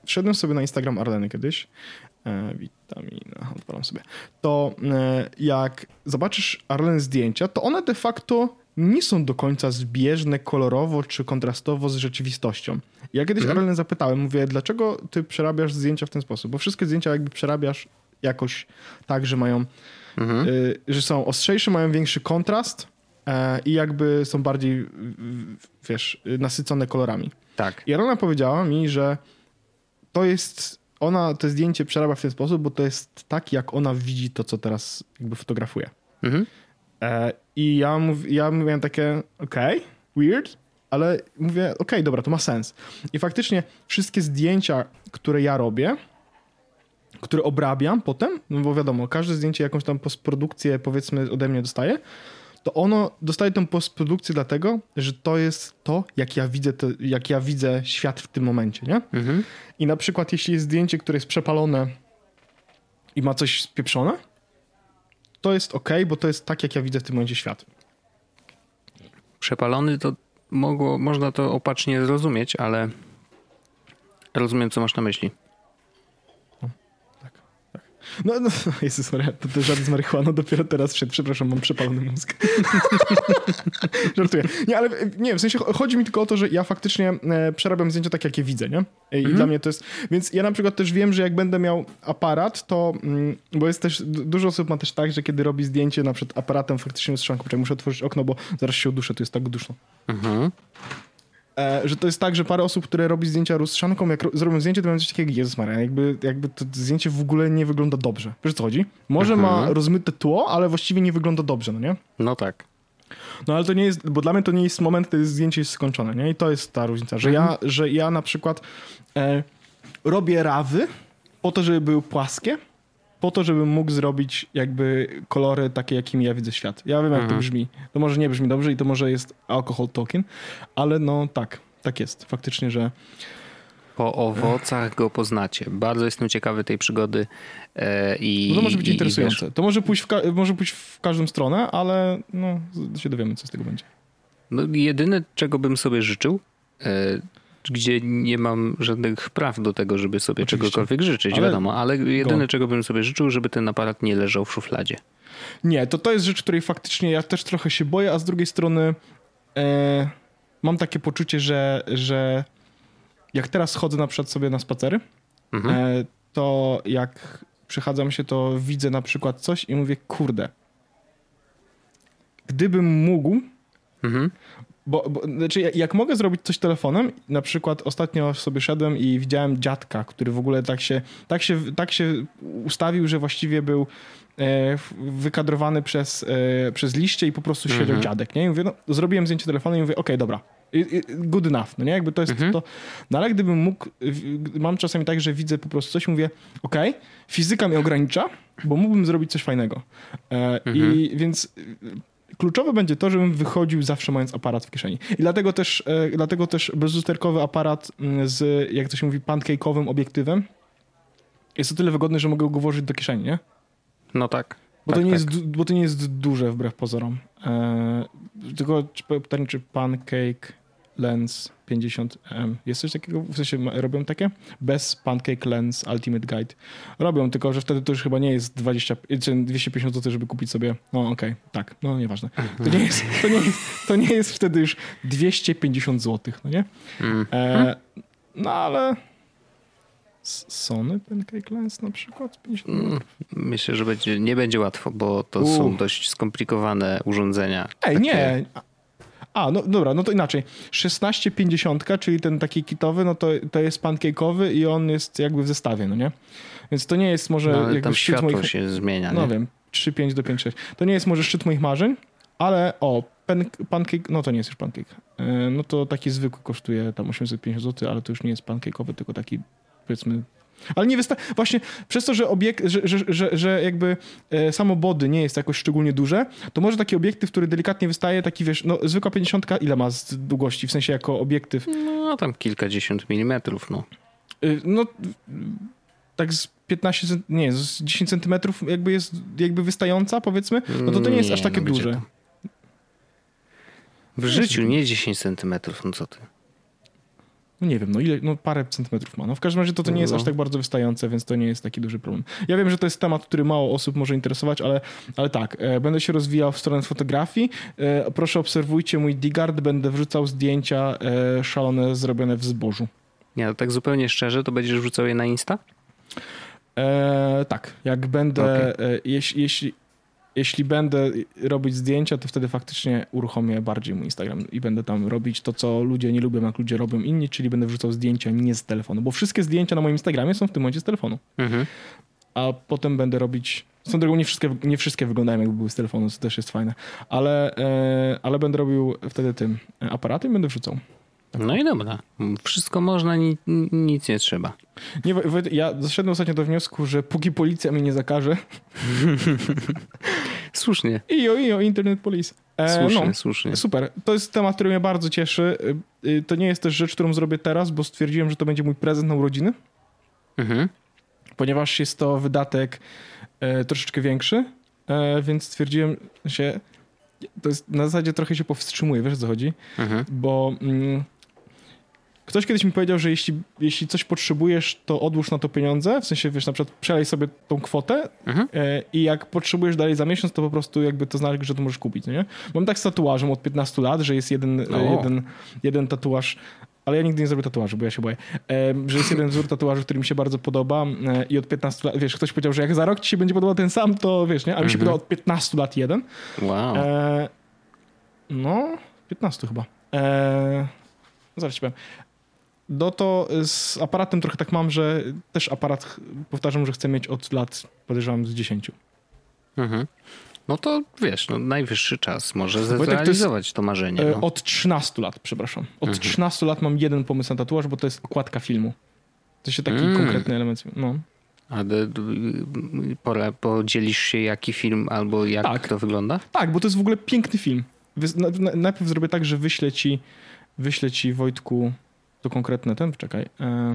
szedłem sobie na Instagram Arleny kiedyś, e, witamina, odpalam sobie, to e, jak zobaczysz Arleny zdjęcia, to one de facto nie są do końca zbieżne kolorowo czy kontrastowo z rzeczywistością. Ja kiedyś mhm. Arlenę zapytałem, mówię, dlaczego ty przerabiasz zdjęcia w ten sposób? Bo wszystkie zdjęcia jakby przerabiasz jakoś tak, że mają, mhm. y, że są ostrzejsze, mają większy kontrast y, i jakby są bardziej, y, wiesz, nasycone kolorami. Tak. I Arlena powiedziała mi, że to jest, ona te zdjęcie przerabia w ten sposób, bo to jest tak, jak ona widzi to, co teraz jakby fotografuje. Mhm. Y, I ja, mów, ja mówiłem takie, okej, okay, weird, ale mówię, okej, okay, dobra, to ma sens. I faktycznie wszystkie zdjęcia, które ja robię, które obrabiam potem, no bo wiadomo, każde zdjęcie jakąś tam postprodukcję powiedzmy ode mnie dostaje, to ono dostaje tą postprodukcję dlatego, że to jest to, jak ja widzę, to, jak ja widzę świat w tym momencie, nie? Mhm. I na przykład jeśli jest zdjęcie, które jest przepalone i ma coś spieprzone, to jest okej, bo to jest tak, jak ja widzę w tym momencie świat. Przepalony to mogło, można to opacznie zrozumieć, ale rozumiem, co masz na myśli. No, no Jezus Maria, to, to żart z marihuaną dopiero teraz wszedł. Przepraszam, mam przepalony mózg. Żartuję. Nie, ale nie, w sensie chodzi mi tylko o to, że ja faktycznie e, przerabiam zdjęcia tak, jak je widzę, nie? I mm-hmm. dla mnie to jest... Więc ja na przykład też wiem, że jak będę miał aparat, to... Mm, bo jest też... Dużo osób ma też tak, że kiedy robi zdjęcie na przykład aparatem faktycznie lustrzanką, czekaj, muszę otworzyć okno, bo zaraz się uduszę, tu jest tak duszno. Mhm. Że to jest tak, że parę osób, które robi zdjęcia lustrzanką, jak ro- zrobią zdjęcie, to mają coś takiego, Jezus Maria, jakby, jakby to zdjęcie w ogóle nie wygląda dobrze. Wiesz, co chodzi? Może mhm. ma rozmyte tło, ale właściwie nie wygląda dobrze, no nie? No tak. No ale to nie jest, bo dla mnie to nie jest moment, kiedy zdjęcie jest skończone, nie? I to jest ta różnica, że, mhm. ja, że ja na przykład e, robię rawy po to, żeby były płaskie, po to, żebym mógł zrobić jakby kolory takie, jakimi ja widzę świat. Ja wiem, jak mhm. to brzmi. To może nie brzmi dobrze i to może jest alcohol talking, ale no tak, tak jest. Faktycznie, że... Po owocach go poznacie. Bardzo jestem ciekawy tej przygody. E, i, no to może być i, interesujące. I to może pójść, w ka- może pójść w każdą stronę, ale no, się dowiemy, co z tego będzie. No, jedyne, czego bym sobie życzył, e, gdzie nie mam żadnych praw do tego, żeby sobie Oczywiście. czegokolwiek życzyć, ale wiadomo, ale jedyne, go. czego bym sobie życzył, żeby ten aparat nie leżał w szufladzie. Nie, to to jest rzecz, której faktycznie ja też trochę się boję, a z drugiej strony e, mam takie poczucie, że, że jak teraz chodzę na przykład sobie na spacery, mhm. e, to jak przechadzam się, to widzę na przykład coś i mówię, kurde, gdybym mógł, mhm. Bo, bo znaczy jak mogę zrobić coś telefonem, na przykład ostatnio sobie szedłem i widziałem dziadka, który w ogóle tak się, tak się, tak się ustawił, że właściwie był e, wykadrowany przez, e, przez liście i po prostu siedział mhm. dziadek, nie? I mówię, no, zrobiłem zdjęcie telefonem i mówię, okej, okay, dobra, good enough, no nie? Jakby to jest mhm. to. No ale gdybym mógł, mam czasami tak, że widzę po prostu coś, mówię, okej, okay, fizyka mnie ogranicza, bo mógłbym zrobić coś fajnego. E, mhm. I więc... Kluczowe będzie to, żebym wychodził zawsze mając aparat w kieszeni. I dlatego też, e, dlatego też bezlusterkowy aparat z, jak to się mówi, pancake'owym obiektywem jest o tyle wygodny, że mogę go włożyć do kieszeni, nie? No tak. Bo, tak, to, nie tak. Jest, bo to nie jest duże wbrew pozorom. E, tylko pytanie, czy pancake lens pięćdziesiąt em. Jest coś takiego? W sensie robią takie? Bez pancake lens ultimate guide. Robią, tylko że wtedy to już chyba nie jest dwadzieścia, dwieście pięćdziesiąt złotych, żeby kupić sobie... No okej, okay, tak, no nieważne. To nie, jest, to, nie jest, to nie jest wtedy już dwieście pięćdziesiąt złotych, no nie? E, no ale... Sony pancake lens na przykład? pięćdziesiąt Myślę, że będzie, nie będzie łatwo, bo to U. są dość skomplikowane urządzenia. Ej, takie... nie... A, no dobra, no to inaczej. szesnaście pięćdziesiąt, czyli ten taki kitowy, no to, to jest pancake'owy i on jest jakby w zestawie, no nie? Więc to nie jest może... No, ale jakby tam szczyt światło moich... się zmienia, No nie? wiem, trzy pięć do pięć sześć. To nie jest może szczyt moich marzeń, ale o, pan, pancake, no to nie jest już pancake. No to taki zwykły kosztuje tam osiemset pięćdziesiąt złotych, ale to już nie jest pancake'owy, tylko taki, powiedzmy... Ale nie wystarczy. Właśnie przez to, że obiekt, że, że, że, że jakby e, samo body nie jest jakoś szczególnie duże, to może taki obiektyw, który delikatnie wystaje, taki wiesz, no zwykła pięćdziesiątka, ile ma z długości, w sensie jako obiektyw? No tam kilkadziesiąt milimetrów, no. Y, no tak z piętnaście, nie, z dziesięć centymetrów jakby jest jakby wystająca, powiedzmy, no to to nie jest nie, aż takie no duże. To... W życiu nie dziesięć centymetrów, no co ty? No nie wiem, no ile, no parę centymetrów ma. No w każdym razie to, to nie jest no. aż tak bardzo wystające, więc to nie jest taki duży problem. Ja wiem, że to jest temat, który mało osób może interesować, ale, ale tak, e, będę się rozwijał w stronę fotografii. E, proszę obserwujcie mój Digard, będę wrzucał zdjęcia e, szalone zrobione w zbożu. Nie, no tak zupełnie szczerze, to będziesz wrzucał je na Insta? E, tak, jak będę, Okay. e, jeśli, jeśli, jeśli będę robić zdjęcia, to wtedy faktycznie uruchomię bardziej mój Instagram i będę tam robić to, co ludzie nie lubią, jak ludzie robią inni, czyli będę wrzucał zdjęcia nie z telefonu, bo wszystkie zdjęcia na moim Instagramie są w tym momencie z telefonu. Mhm. A potem będę robić... Są drogą, nie wszystkie, nie wszystkie wyglądają jakby były z telefonu, co też jest fajne, ale, e, ale będę robił wtedy tym aparatem i będę wrzucał. Tak. No i dobra. Wszystko można, ni, nic nie trzeba. Nie, ja doszedłem ostatnio do wniosku, że póki policja mnie nie zakaże... Słusznie. Ijo, ijo, Internet Police. E, słusznie, no, słusznie. Super. To jest temat, który mnie bardzo cieszy. To nie jest też rzecz, którą zrobię teraz, bo stwierdziłem, że to będzie mój prezent na urodziny. Mhm. Ponieważ jest to wydatek e, troszeczkę większy, e, więc stwierdziłem, że to jest na zasadzie trochę się powstrzymuję, wiesz o co chodzi? Mhm. Bo mm, ktoś kiedyś mi powiedział, że jeśli, jeśli coś potrzebujesz, to odłóż na to pieniądze, w sensie, wiesz, na przykład przelej sobie tą kwotę mhm. e, i jak potrzebujesz dalej za miesiąc, to po prostu jakby to znaczy, że to możesz kupić, nie? Mam tak z tatuażem od piętnastu lat, że jest jeden, e, jeden, jeden tatuaż, ale ja nigdy nie zrobię tatuażu, bo ja się boję, e, że jest jeden wzór tatuażu, który mi się bardzo podoba e, i od piętnastu lat, wiesz, ktoś powiedział, że jak za rok ci się będzie podobał ten sam, to wiesz, nie? A mi mhm. się podoba od piętnastu lat jeden. Wow. E, no, piętnastu chyba. E, zaraz ci powiem. No to z aparatem trochę tak mam, że też aparat, powtarzam, że chcę mieć od lat, podejrzewam, z dziesięciu. Mhm. No to wiesz, no najwyższy czas może zrealizować to, to marzenie. No. Od trzynastu lat, przepraszam. Od mhm. trzynastu lat mam jeden pomysł na tatuaż, bo to jest okładka filmu. To się taki mm. konkretny element. No. A pora, podzielisz się jaki film albo jak tak. to wygląda? Tak, bo to jest w ogóle piękny film. Najpierw zrobię tak, że wyślę ci, wyślę ci Wojtku, to konkretne ten, czekaj. E...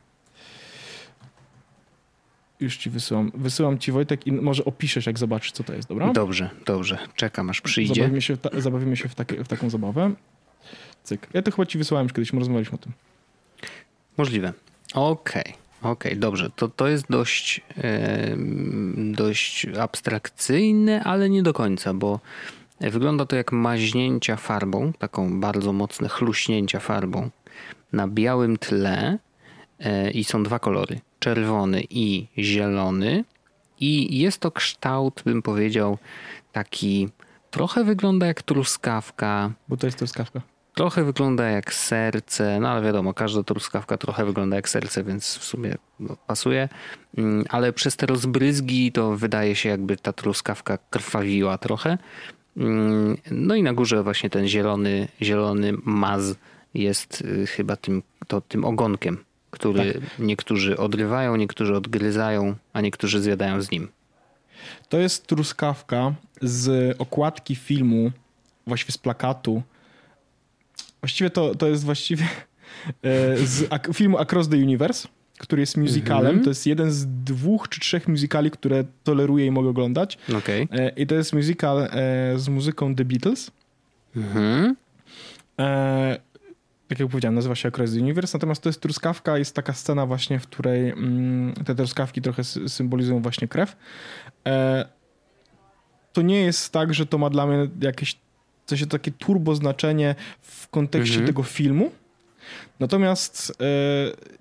Już ci wysyłam. Wysyłam ci, Wojtek, i może opiszesz, jak zobaczysz, co to jest, dobra? Dobrze, dobrze. Czekam, aż przyjdzie. Zabawimy się w, ta- zabawimy się w, takie, w taką zabawę. Cyk. Ja to chyba ci wysłałem już kiedyś, rozmawialiśmy o tym. Możliwe. Okej, okay. okej, okay, dobrze. To, to jest dość, e, dość abstrakcyjne, ale nie do końca, bo wygląda to jak maźnięcia farbą, taką bardzo mocne chluśnięcia farbą na białym tle e, i są dwa kolory, czerwony i zielony i jest to kształt, bym powiedział, taki trochę wygląda jak truskawka. Bo to jest truskawka. Trochę wygląda jak serce, no ale wiadomo, każda truskawka trochę wygląda jak serce, więc w sumie no, pasuje, ale przez te rozbryzgi to wydaje się, jakby ta truskawka krwawiła trochę. No i na górze właśnie ten zielony, zielony maz jest chyba tym, to, tym ogonkiem, który tak. niektórzy odrywają, niektórzy odgryzają, a niektórzy zjadają z nim. To jest truskawka z okładki filmu, właściwie z plakatu. Właściwie to, to jest właściwie z ak- filmu Across the Universe, który jest musicalem. Mm-hmm. To jest jeden z dwóch czy trzech musicali, które toleruję i mogę oglądać. Okay. I to jest musical z muzyką The Beatles. Mm-hmm. E, tak jak powiedziałem, nazywa się Across the Universe, natomiast to jest truskawka, jest taka scena właśnie, w której mm, te truskawki trochę symbolizują właśnie krew. E, to nie jest tak, że to ma dla mnie jakieś coś takie turbo znaczenie w kontekście mhm. tego filmu. Natomiast e,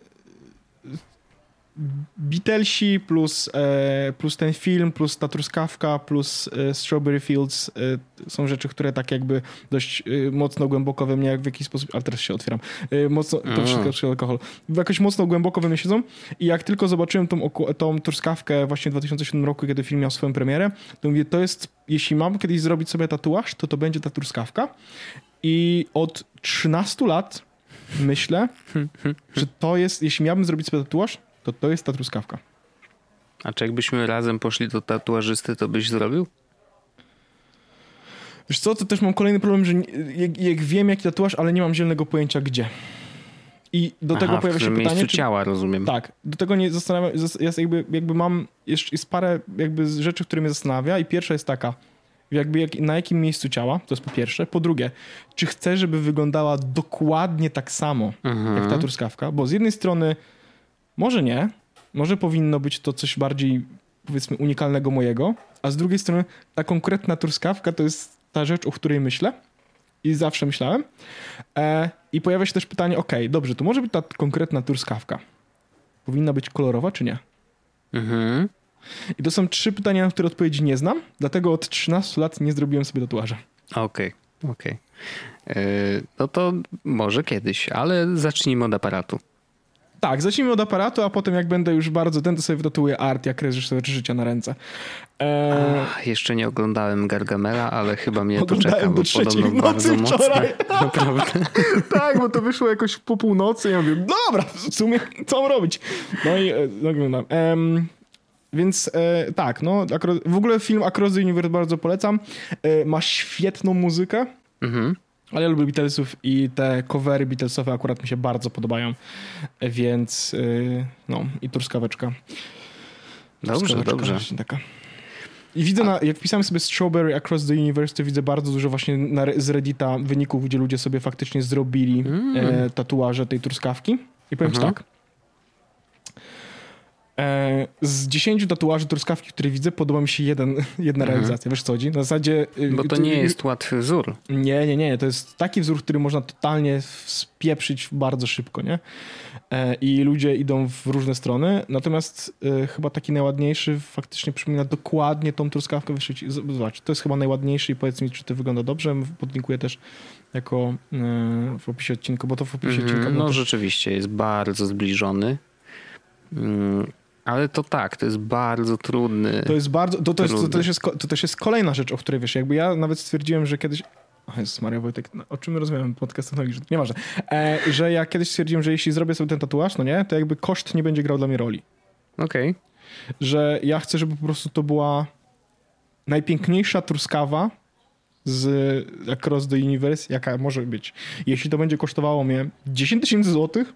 Beatlesi plus, e, plus ten film, plus ta truskawka, plus e, Strawberry Fields e, są rzeczy, które tak jakby dość e, mocno głęboko we mnie, jak w jakiś sposób, ale teraz się otwieram, e, mocno, to wszystko jest alkohol, jakoś mocno głęboko we mnie siedzą i jak tylko zobaczyłem tą, tą truskawkę właśnie w dwa tysiące siódmym roku, kiedy film miał swoją premierę, to mówię, to jest, jeśli mam kiedyś zrobić sobie tatuaż, to to będzie ta truskawka i od trzynastu lat myślę, że to jest, jeśli miałbym zrobić sobie tatuaż, to to jest ta truskawka. A czy jakbyśmy razem poszli do tatuażysty, to byś zrobił? Wiesz co, to też mam kolejny problem, że jak, jak wiem jaki tatuaż, ale nie mam zielonego pojęcia gdzie. I do Aha, tego pojawia się pytanie... w miejscu czy... ciała, rozumiem. Tak, do tego nie zastanawiam, jest jakby, jakby mam, jeszcze jest parę jakby rzeczy, które mnie zastanawia i pierwsza jest taka, jakby jak, na jakim miejscu ciała, to jest po pierwsze. Po drugie, czy chcę, żeby wyglądała dokładnie tak samo mhm. jak ta truskawka? Bo z jednej strony może nie, może powinno być to coś bardziej, powiedzmy, unikalnego mojego, a z drugiej strony ta konkretna truskawka to jest ta rzecz, o której myślę i zawsze myślałem. E, I pojawia się też pytanie, okej, okay, dobrze, to może być ta konkretna truskawka. Powinna być kolorowa, czy nie? Mhm. I to są trzy pytania, na które odpowiedzi nie znam, dlatego od trzynastu lat nie zrobiłem sobie tatuaża. Okej, okay, okej. Okay. Yy, no to może kiedyś, ale zacznijmy od aparatu. Tak, zacznijmy od aparatu, a potem jak będę już bardzo ten, to sobie wytatuję art, jak reżyser życia na ręce. Eee... Ach, jeszcze nie oglądałem Gargamela, ale chyba mnie to Oglądałem czeka, bo do podobno bardzo wczoraj. mocno. Naprawdę. Tak, bo to wyszło jakoś po północy i ja mówię, dobra, w sumie co mam robić? No i e, oglądam. Ehm, więc e, tak, no w ogóle film Across the Universe bardzo polecam. E, ma świetną muzykę. Mhm. Ale ja lubię Beatlesów i te covery Beatlesowe akurat mi się bardzo podobają, więc yy, no i truskaweczka. Dobrze, dobrze. Taka. I widzę, na, jak wpisałem sobie Strawberry Across the Universe, to widzę bardzo dużo właśnie na, z Reddita wyników, gdzie ludzie sobie faktycznie zrobili mm. e, tatuaże tej truskawki. I powiem mhm. ci tak. E, z dziesięciu tatuaży truskawki, które widzę, podoba mi się jeden, jedna mhm. realizacja. Wiesz co chodzi? Na zasadzie... Bo to nie jest łatwy wzór. Nie, nie, nie. To jest taki wzór, który można totalnie spieprzyć bardzo szybko, nie? E, I ludzie idą w różne strony. Natomiast e, chyba taki najładniejszy faktycznie przypomina dokładnie tą truskawkę. Zobacz, to jest chyba najładniejszy i powiedz mi, czy to wygląda dobrze. Podlinkuję też jako e, w opisie odcinka, bo to w opisie mhm. odcinka... No też... rzeczywiście, jest bardzo zbliżony. Mm. Ale to tak, to jest bardzo trudny. To jest bardzo, to, to, jest, to, też jest, to też jest kolejna rzecz, o której wiesz, jakby ja nawet stwierdziłem, że kiedyś, o Jezus Maria Wojtek, no, o czym my rozmawiamy, podcast technologiczny, nieważne, e, że ja kiedyś stwierdziłem, że jeśli zrobię sobie ten tatuaż, no nie, to jakby koszt nie będzie grał dla mnie roli. Okej. Okay. Że ja chcę, żeby po prostu to była najpiękniejsza truskawa z Across the Universe, jaka może być. Jeśli to będzie kosztowało mnie dziesięć tysięcy złotych,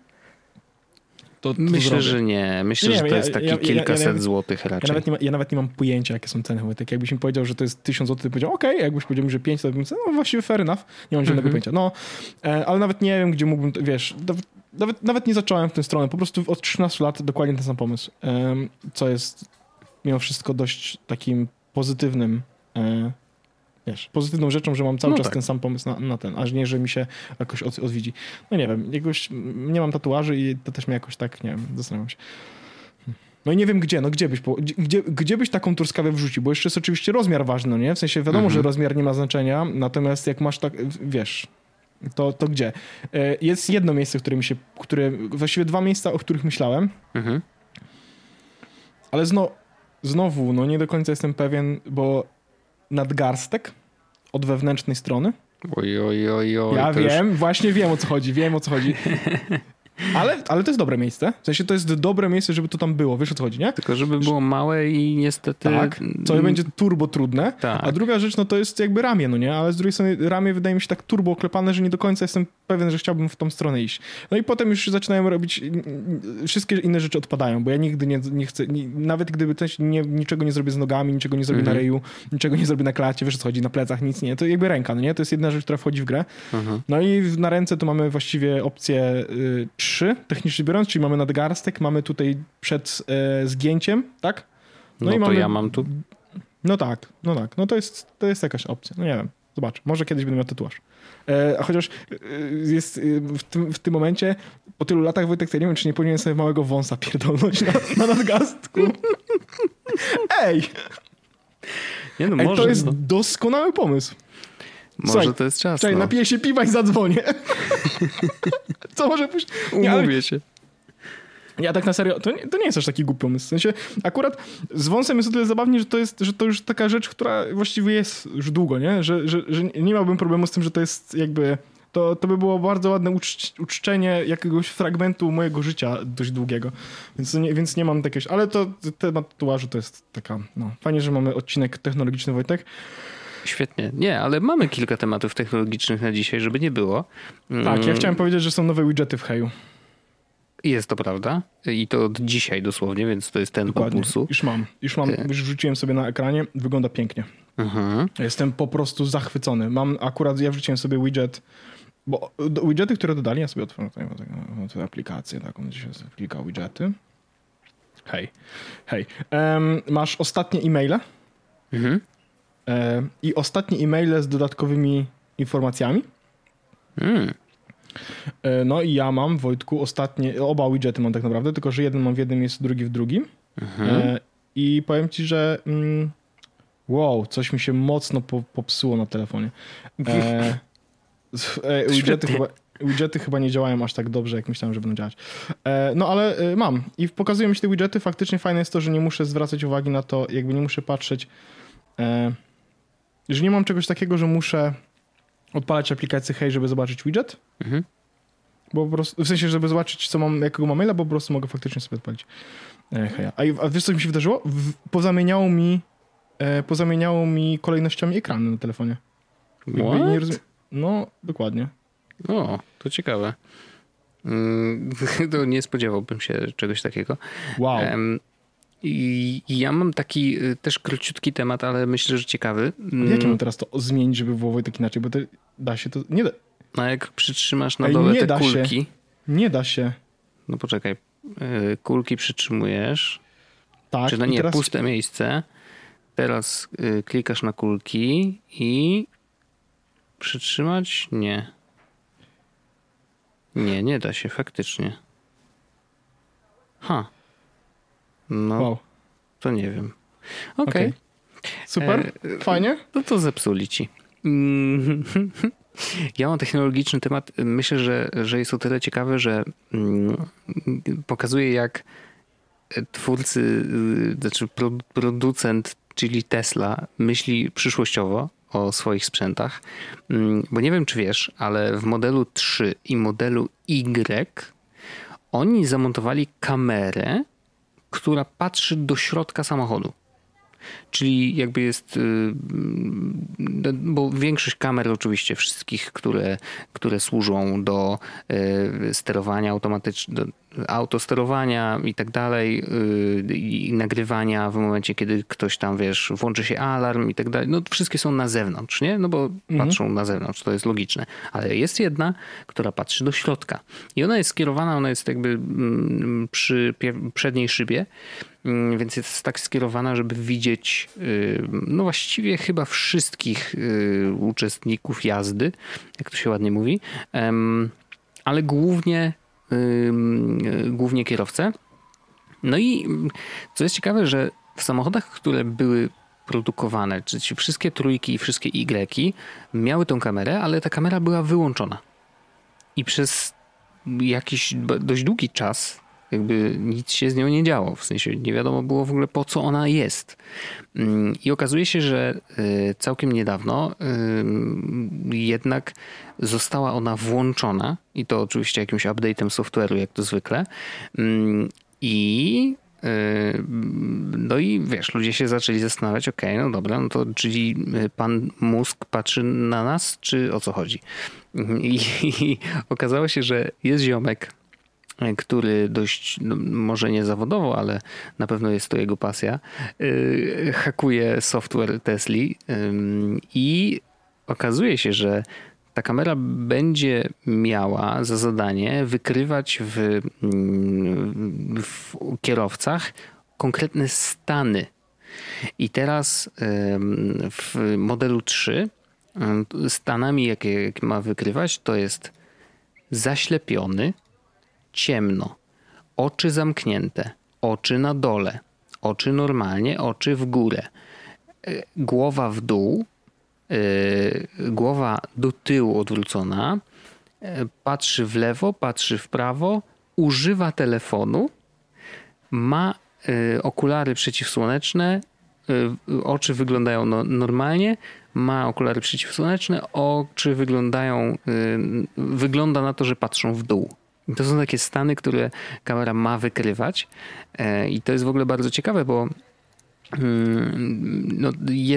To, to Myślę, zrobię. że nie. Myślę, nie, że to ja, jest taki ja, ja, kilkaset ja, ja, ja złotych raczej. nawet, nie ma, ja nawet nie mam pojęcia, jakie są ceny. Tak jakbyś mi powiedział, że to jest tysiąc złotych, to powiedział okej, okay. Jakbyś powiedział mi, że pięć, to bym powiedział, no właściwie fair enough. Nie mam żadnego mm-hmm. pojęcia. No, e, ale nawet nie wiem, gdzie mógłbym, wiesz, nawet, nawet nie zacząłem w tę stronę. Po prostu od trzynastu lat dokładnie ten sam pomysł. E, co jest mimo wszystko dość takim pozytywnym e, wiesz, pozytywną rzeczą, że mam cały no czas tak. ten sam pomysł na, na ten, aż nie, że mi się jakoś od, odwiedzi. No nie wiem, jakoś nie mam tatuaży i to też mnie jakoś tak, nie wiem, zastanawiam się. No i nie wiem gdzie, no gdzie byś, gdzie, gdzie byś taką truskawę wrzucił, bo jeszcze jest oczywiście rozmiar ważny, no nie? W sensie wiadomo, mhm. że rozmiar nie ma znaczenia, natomiast jak masz tak, wiesz, to, to gdzie? Jest jedno miejsce, które mi się, które, właściwie dwa miejsca, o których myślałem, mhm. ale zno, znowu, no nie do końca jestem pewien, bo nadgarstek od wewnętrznej strony. Oj, oj, oj, oj. Ja wiem, już... właśnie wiem o co chodzi, wiem o co chodzi. Ale, ale to jest dobre miejsce. W sensie to jest dobre miejsce, żeby to tam było. Wiesz o co chodzi, nie? Tylko żeby było małe i niestety... Tak, co będzie turbo trudne. Tak. A druga rzecz, no to jest jakby ramię, no nie? Ale z drugiej strony ramię wydaje mi się tak turbo oklepane, że nie do końca jestem pewien, że chciałbym w tą stronę iść. No i potem już zaczynają robić... Wszystkie inne rzeczy odpadają, bo ja nigdy nie, nie chcę... Nie, nawet gdyby też nie, niczego nie zrobię z nogami, niczego nie zrobię mhm. na ryju, niczego nie zrobię na klacie, wiesz o co chodzi, na plecach, nic nie. To jakby ręka, no nie? To jest jedna rzecz, która wchodzi w grę. Mhm. No i na ręce to mamy właściwie opcję y, trzy, technicznie biorąc, czyli mamy nadgarstek, mamy tutaj przed e, zgięciem, tak? No, no i to mamy... ja mam tu. No tak, no tak. No to jest, to jest jakaś opcja. No nie wiem, zobacz. Może kiedyś będę miał tatuaż. E, a chociaż e, jest e, w, tym, w tym momencie, po tylu latach, Wojtek, ja nie wiem, czy nie powinien sobie małego wąsa pierdolnąć na, na nadgarstku. Ej! Nie no, Ej, może, to jest no. doskonały pomysł. Może Słuchaj, to jest czas. Czekaj, no. napiję się piwa i zadzwonię. Co może pójść? Nie, Umówię ale... się. Ja tak na serio, to nie, to nie jest aż taki głupi pomysł. W sensie akurat z wąsem jest o tyle zabawnie, że to jest, że to już taka rzecz, która właściwie jest już długo, nie? Że, że, że nie miałbym problemu z tym, że to jest jakby... To, to by było bardzo ładne ucz, uczczenie jakiegoś fragmentu mojego życia dość długiego. Więc nie, więc nie mam takiego... Ale to temat tatuażu to jest taka... No, fajnie, że mamy odcinek technologiczny, Wojtek. Świetnie. Nie, ale mamy kilka tematów technologicznych na dzisiaj, żeby nie było. Tak, ja chciałem powiedzieć, że są nowe widgety w Heju. Jest to prawda. I to od dzisiaj dosłownie, więc to jest ten po pulsu. Już mam. Już mam. Już wrzuciłem sobie na ekranie. Wygląda pięknie. Mhm. Jestem po prostu zachwycony. Mam akurat, ja wrzuciłem sobie widget, bo widgety, które dodali, ja sobie otworzę tę aplikację, taką, gdzie się klika widgety. Hej, hej. Um, masz ostatnie e-maile Mhm. um, i ostatnie e-maile z dodatkowymi informacjami. Mm. No i ja mam, Wojtku, ostatnie, oba widgety mam tak naprawdę, tylko że jeden mam w jednym, jest drugi w drugim. Mhm. I powiem ci, że mm, wow, coś mi się mocno po, popsuło na telefonie. E, e, widgety, chyba, widgety chyba nie działają aż tak dobrze, jak myślałem, że będą działać. E, no ale e, mam i pokazują mi się te widgety. Faktycznie fajne jest to, że nie muszę zwracać uwagi na to, jakby nie muszę patrzeć, e, że nie mam czegoś takiego, że muszę odpalać aplikację Hej, żeby zobaczyć widget. Mhm. Bo po prostu, w sensie, żeby zobaczyć, co mam, jakiego mam maila, bo po prostu mogę faktycznie sobie odpalić e, Heja. A, a wiesz, co mi się wydarzyło? W, pozamieniało mi e, pozamieniało mi kolejnościami ekrany na telefonie. Nie rozum... No, dokładnie. O, to ciekawe. Mm, to nie spodziewałbym się czegoś takiego. Wow. Um, I ja mam taki też króciutki temat, ale myślę, że ciekawy. Jak ja mam teraz to zmienić, żeby było Wojtek inaczej? Bo to da się to... Nie da... No jak przytrzymasz na Ej, dole nie te da kulki... Się. Nie da się. No poczekaj. Kulki przytrzymujesz. Tak. Czy no nie, teraz... puste miejsce. Teraz klikasz na kulki i... Przytrzymać? Nie. Nie, nie da się faktycznie. Ha. No, wow. To nie wiem. Okej. Okay. Okay. Super, e, fajnie. No to zepsuli ci. Ja mam technologiczny temat. Myślę, że, że jest o tyle ciekawy, że pokazuje, jak twórcy, znaczy producent, czyli Tesla, myśli przyszłościowo o swoich sprzętach. Bo nie wiem, czy wiesz, ale w modelu trzy i modelu Y oni zamontowali kamerę, która patrzy do środka samochodu. Czyli jakby jest, bo większość kamer oczywiście wszystkich, które, które służą do sterowania automatycznego, autosterowania i tak dalej i nagrywania w momencie, kiedy ktoś tam, wiesz, włączy się alarm i tak dalej. No wszystkie są na zewnątrz, nie? No bo mhm. patrzą na zewnątrz, to jest logiczne. Ale jest jedna, która patrzy do środka. I ona jest skierowana, ona jest jakby przy przedniej szybie, więc jest tak skierowana, żeby widzieć no właściwie chyba wszystkich uczestników jazdy, jak to się ładnie mówi, ale głównie głównie kierowcę. No i co jest ciekawe, że w samochodach, które były produkowane, czyli wszystkie trójki i wszystkie Y miały tą kamerę, ale ta kamera była wyłączona. I przez jakiś dość długi czas jakby nic się z nią nie działo. W sensie nie wiadomo było w ogóle, po co ona jest. I okazuje się, że całkiem niedawno jednak została ona włączona i to oczywiście jakimś update'em software'u, jak to zwykle. I no i wiesz, ludzie się zaczęli zastanawiać, okej, okay, no dobra, no to czyli pan mózg patrzy na nas, czy o co chodzi? I, i okazało się, że jest ziomek, który dość, no, może nie zawodowo, ale na pewno jest to jego pasja, yy, hakuje software Tesli yy, i okazuje się, że ta kamera będzie miała za zadanie wykrywać w, yy, w kierowcach konkretne stany. I teraz yy, w modelu trzy yy, stanami, jakie, jakie ma wykrywać, to jest zaślepiony, ciemno, oczy zamknięte, oczy na dole, oczy normalnie, oczy w górę, głowa w dół, yy, głowa do tyłu odwrócona, yy, patrzy w lewo, patrzy w prawo, używa telefonu, ma yy, okulary przeciwsłoneczne, yy, oczy wyglądają no, normalnie, ma okulary przeciwsłoneczne, oczy wyglądają, yy, wygląda na to, że patrzą w dół. I to są takie stany, które kamera ma wykrywać i to jest w ogóle bardzo ciekawe, bo no jest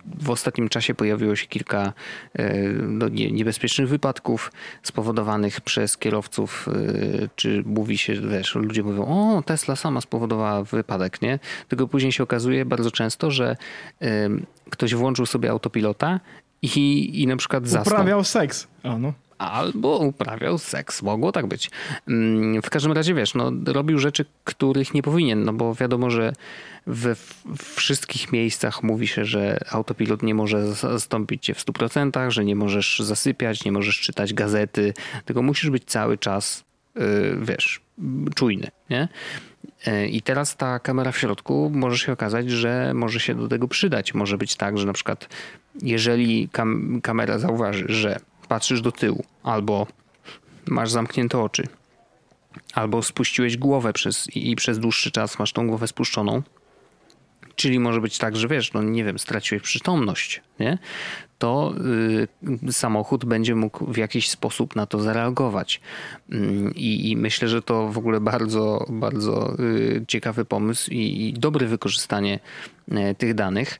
w ostatnim czasie pojawiło się kilka no, niebezpiecznych wypadków spowodowanych przez kierowców, czy mówi się, wiesz, ludzie mówią, o, Tesla sama spowodowała wypadek, nie? Tylko później się okazuje bardzo często, że ktoś włączył sobie autopilota i, i na przykład zasnął. Uprawiał seks. A, no. Albo uprawiał seks. Mogło tak być. W każdym razie, wiesz, no, robił rzeczy, których nie powinien, no bo wiadomo, że we wszystkich miejscach mówi się, że autopilot nie może zastąpić cię w stu procentach, że nie możesz zasypiać, nie możesz czytać gazety, tylko musisz być cały czas, wiesz, czujny, nie? I teraz ta kamera w środku może się okazać, że może się do tego przydać. Może być tak, że na przykład jeżeli kam- kamera zauważy, że patrzysz do tyłu, albo masz zamknięte oczy, albo spuściłeś głowę przez, i przez dłuższy czas masz tą głowę spuszczoną, czyli może być tak, że wiesz, no nie wiem, straciłeś przytomność, nie? To y, samochód będzie mógł w jakiś sposób na to zareagować. Y, I myślę, że to w ogóle bardzo, bardzo y, ciekawy pomysł i, i dobre wykorzystanie y, tych danych.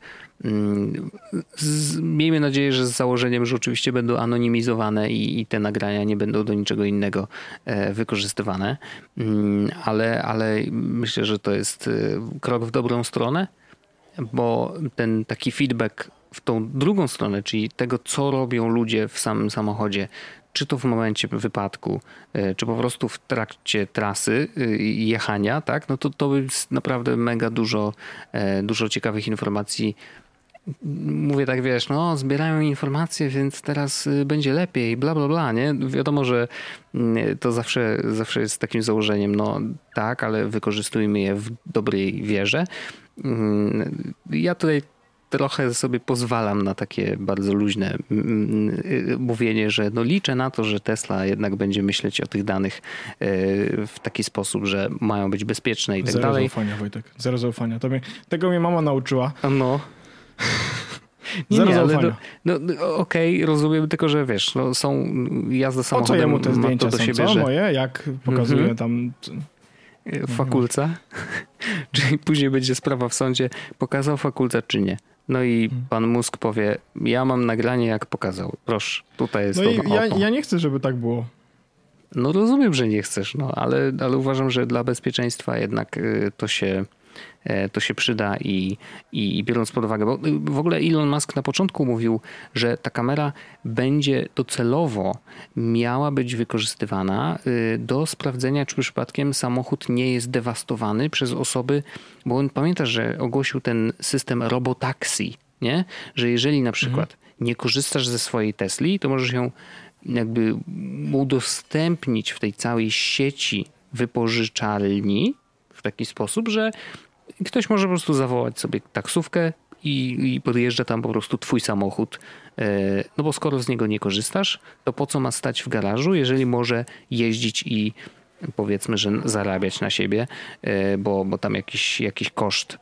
Z, miejmy nadzieję, że z założeniem, że oczywiście będą anonimizowane i, i te nagrania nie będą do niczego innego e, wykorzystywane, ale, ale myślę, że to jest krok w dobrą stronę, bo ten taki feedback w tą drugą stronę, czyli tego, co robią ludzie w samym samochodzie, czy to w momencie wypadku, czy po prostu w trakcie trasy jechania, tak, no to to jest naprawdę mega dużo, dużo ciekawych informacji. Mówię tak, wiesz, no zbierają informacje, więc teraz będzie lepiej, bla, bla, bla, nie? Wiadomo, że to zawsze, zawsze jest takim założeniem, no tak, ale wykorzystujmy je w dobrej wierze. Ja tutaj trochę sobie pozwalam na takie bardzo luźne mówienie, że no liczę na to, że Tesla jednak będzie myśleć o tych danych w taki sposób, że mają być bezpieczne i tak Zero dalej. Zero zaufania, Wojtek. Zero zaufania. To mnie, tego mnie mama nauczyła. No. Nie, Zero nie, ale zaufania. no, no, okej, okay, rozumiem, tylko że wiesz, no, są jazda samochodem. Po co jemu te zdjęcia do są, siebie, co? że... Moje? Jak pokazuje mm-hmm. tam... Fakulca? Czyli później będzie sprawa w sądzie, pokazał fakulca czy nie. No i pan mózg powie, ja mam nagranie jak pokazał. Proszę, tutaj jest no to. I ja, ja nie chcę, żeby tak było. No rozumiem, że nie chcesz, no, ale, ale uważam, że dla bezpieczeństwa jednak to się, to się przyda i, i, i biorąc pod uwagę, bo w ogóle Elon Musk na początku mówił, że ta kamera będzie docelowo miała być wykorzystywana do sprawdzenia, czy przypadkiem samochód nie jest dewastowany przez osoby, bo on pamięta, że ogłosił ten system robotaxi, nie? Że jeżeli na przykład mhm. nie korzystasz ze swojej Tesli, to możesz ją jakby udostępnić w tej całej sieci wypożyczalni w taki sposób, że ktoś może po prostu zawołać sobie taksówkę i, i podjeżdża tam po prostu twój samochód. No bo skoro z niego nie korzystasz, to po co ma stać w garażu, jeżeli może jeździć i powiedzmy, że zarabiać na siebie, bo, bo tam jakiś, jakiś koszt,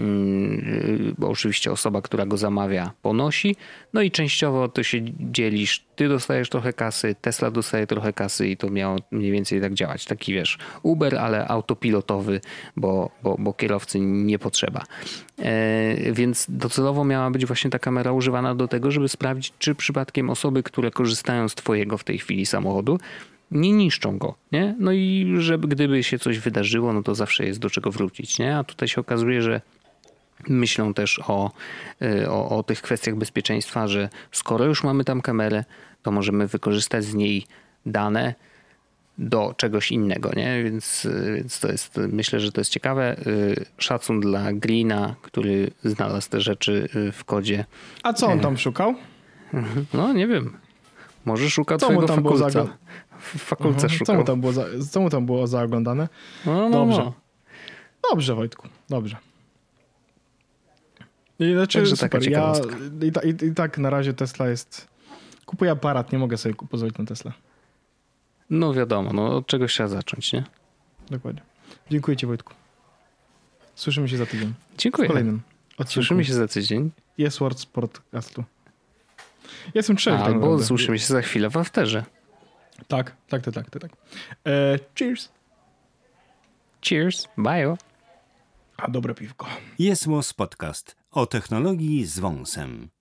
bo oczywiście osoba, która go zamawia, ponosi. No i częściowo to się dzielisz. Ty dostajesz trochę kasy, Tesla dostaje trochę kasy i to miało mniej więcej tak działać. Taki wiesz, Uber, ale autopilotowy, bo, bo, bo kierowcy nie potrzeba. E, więc docelowo miała być właśnie ta kamera używana do tego, żeby sprawdzić, czy przypadkiem osoby, które korzystają z twojego w tej chwili samochodu, nie niszczą go, nie? No i żeby gdyby się coś wydarzyło, no to zawsze jest do czego wrócić, nie? A tutaj się okazuje, że myślą też o, o, o tych kwestiach bezpieczeństwa, że skoro już mamy tam kamerę, to możemy wykorzystać z niej dane do czegoś innego, nie? Więc, więc to jest, myślę, że to jest ciekawe. Szacun dla Greena, który znalazł te rzeczy w kodzie. A co on tam szukał? No nie wiem. Może szuka co twojego tam fakulca. Było za... W fakulce uh-huh. szukał. Co mu tam było, za... co mu tam było zaoglądane? No, no, Dobrze. No. Dobrze, Wojtku. Dobrze. I znaczy, Także super. taka Ja, ciekawostka. i, i, I tak na razie Tesla jest... Kupuję aparat, nie mogę sobie pozwolić na Tesla. No wiadomo, no od czegoś trzeba zacząć, nie? Dokładnie. Dziękuję ci, Wojtku. Słyszymy się za tydzień. Dziękuję. W kolejnym odcinku. Słyszymy się za tydzień. Jest Words podcastu. Jestem trzech. A, albo tak słyszymy się za chwilę w afterze. Tak, tak, tak, tak, tak. tak. E, cheers. Cheers. Bye. A dobre piwko. Jest Podcast o technologii z wąsem.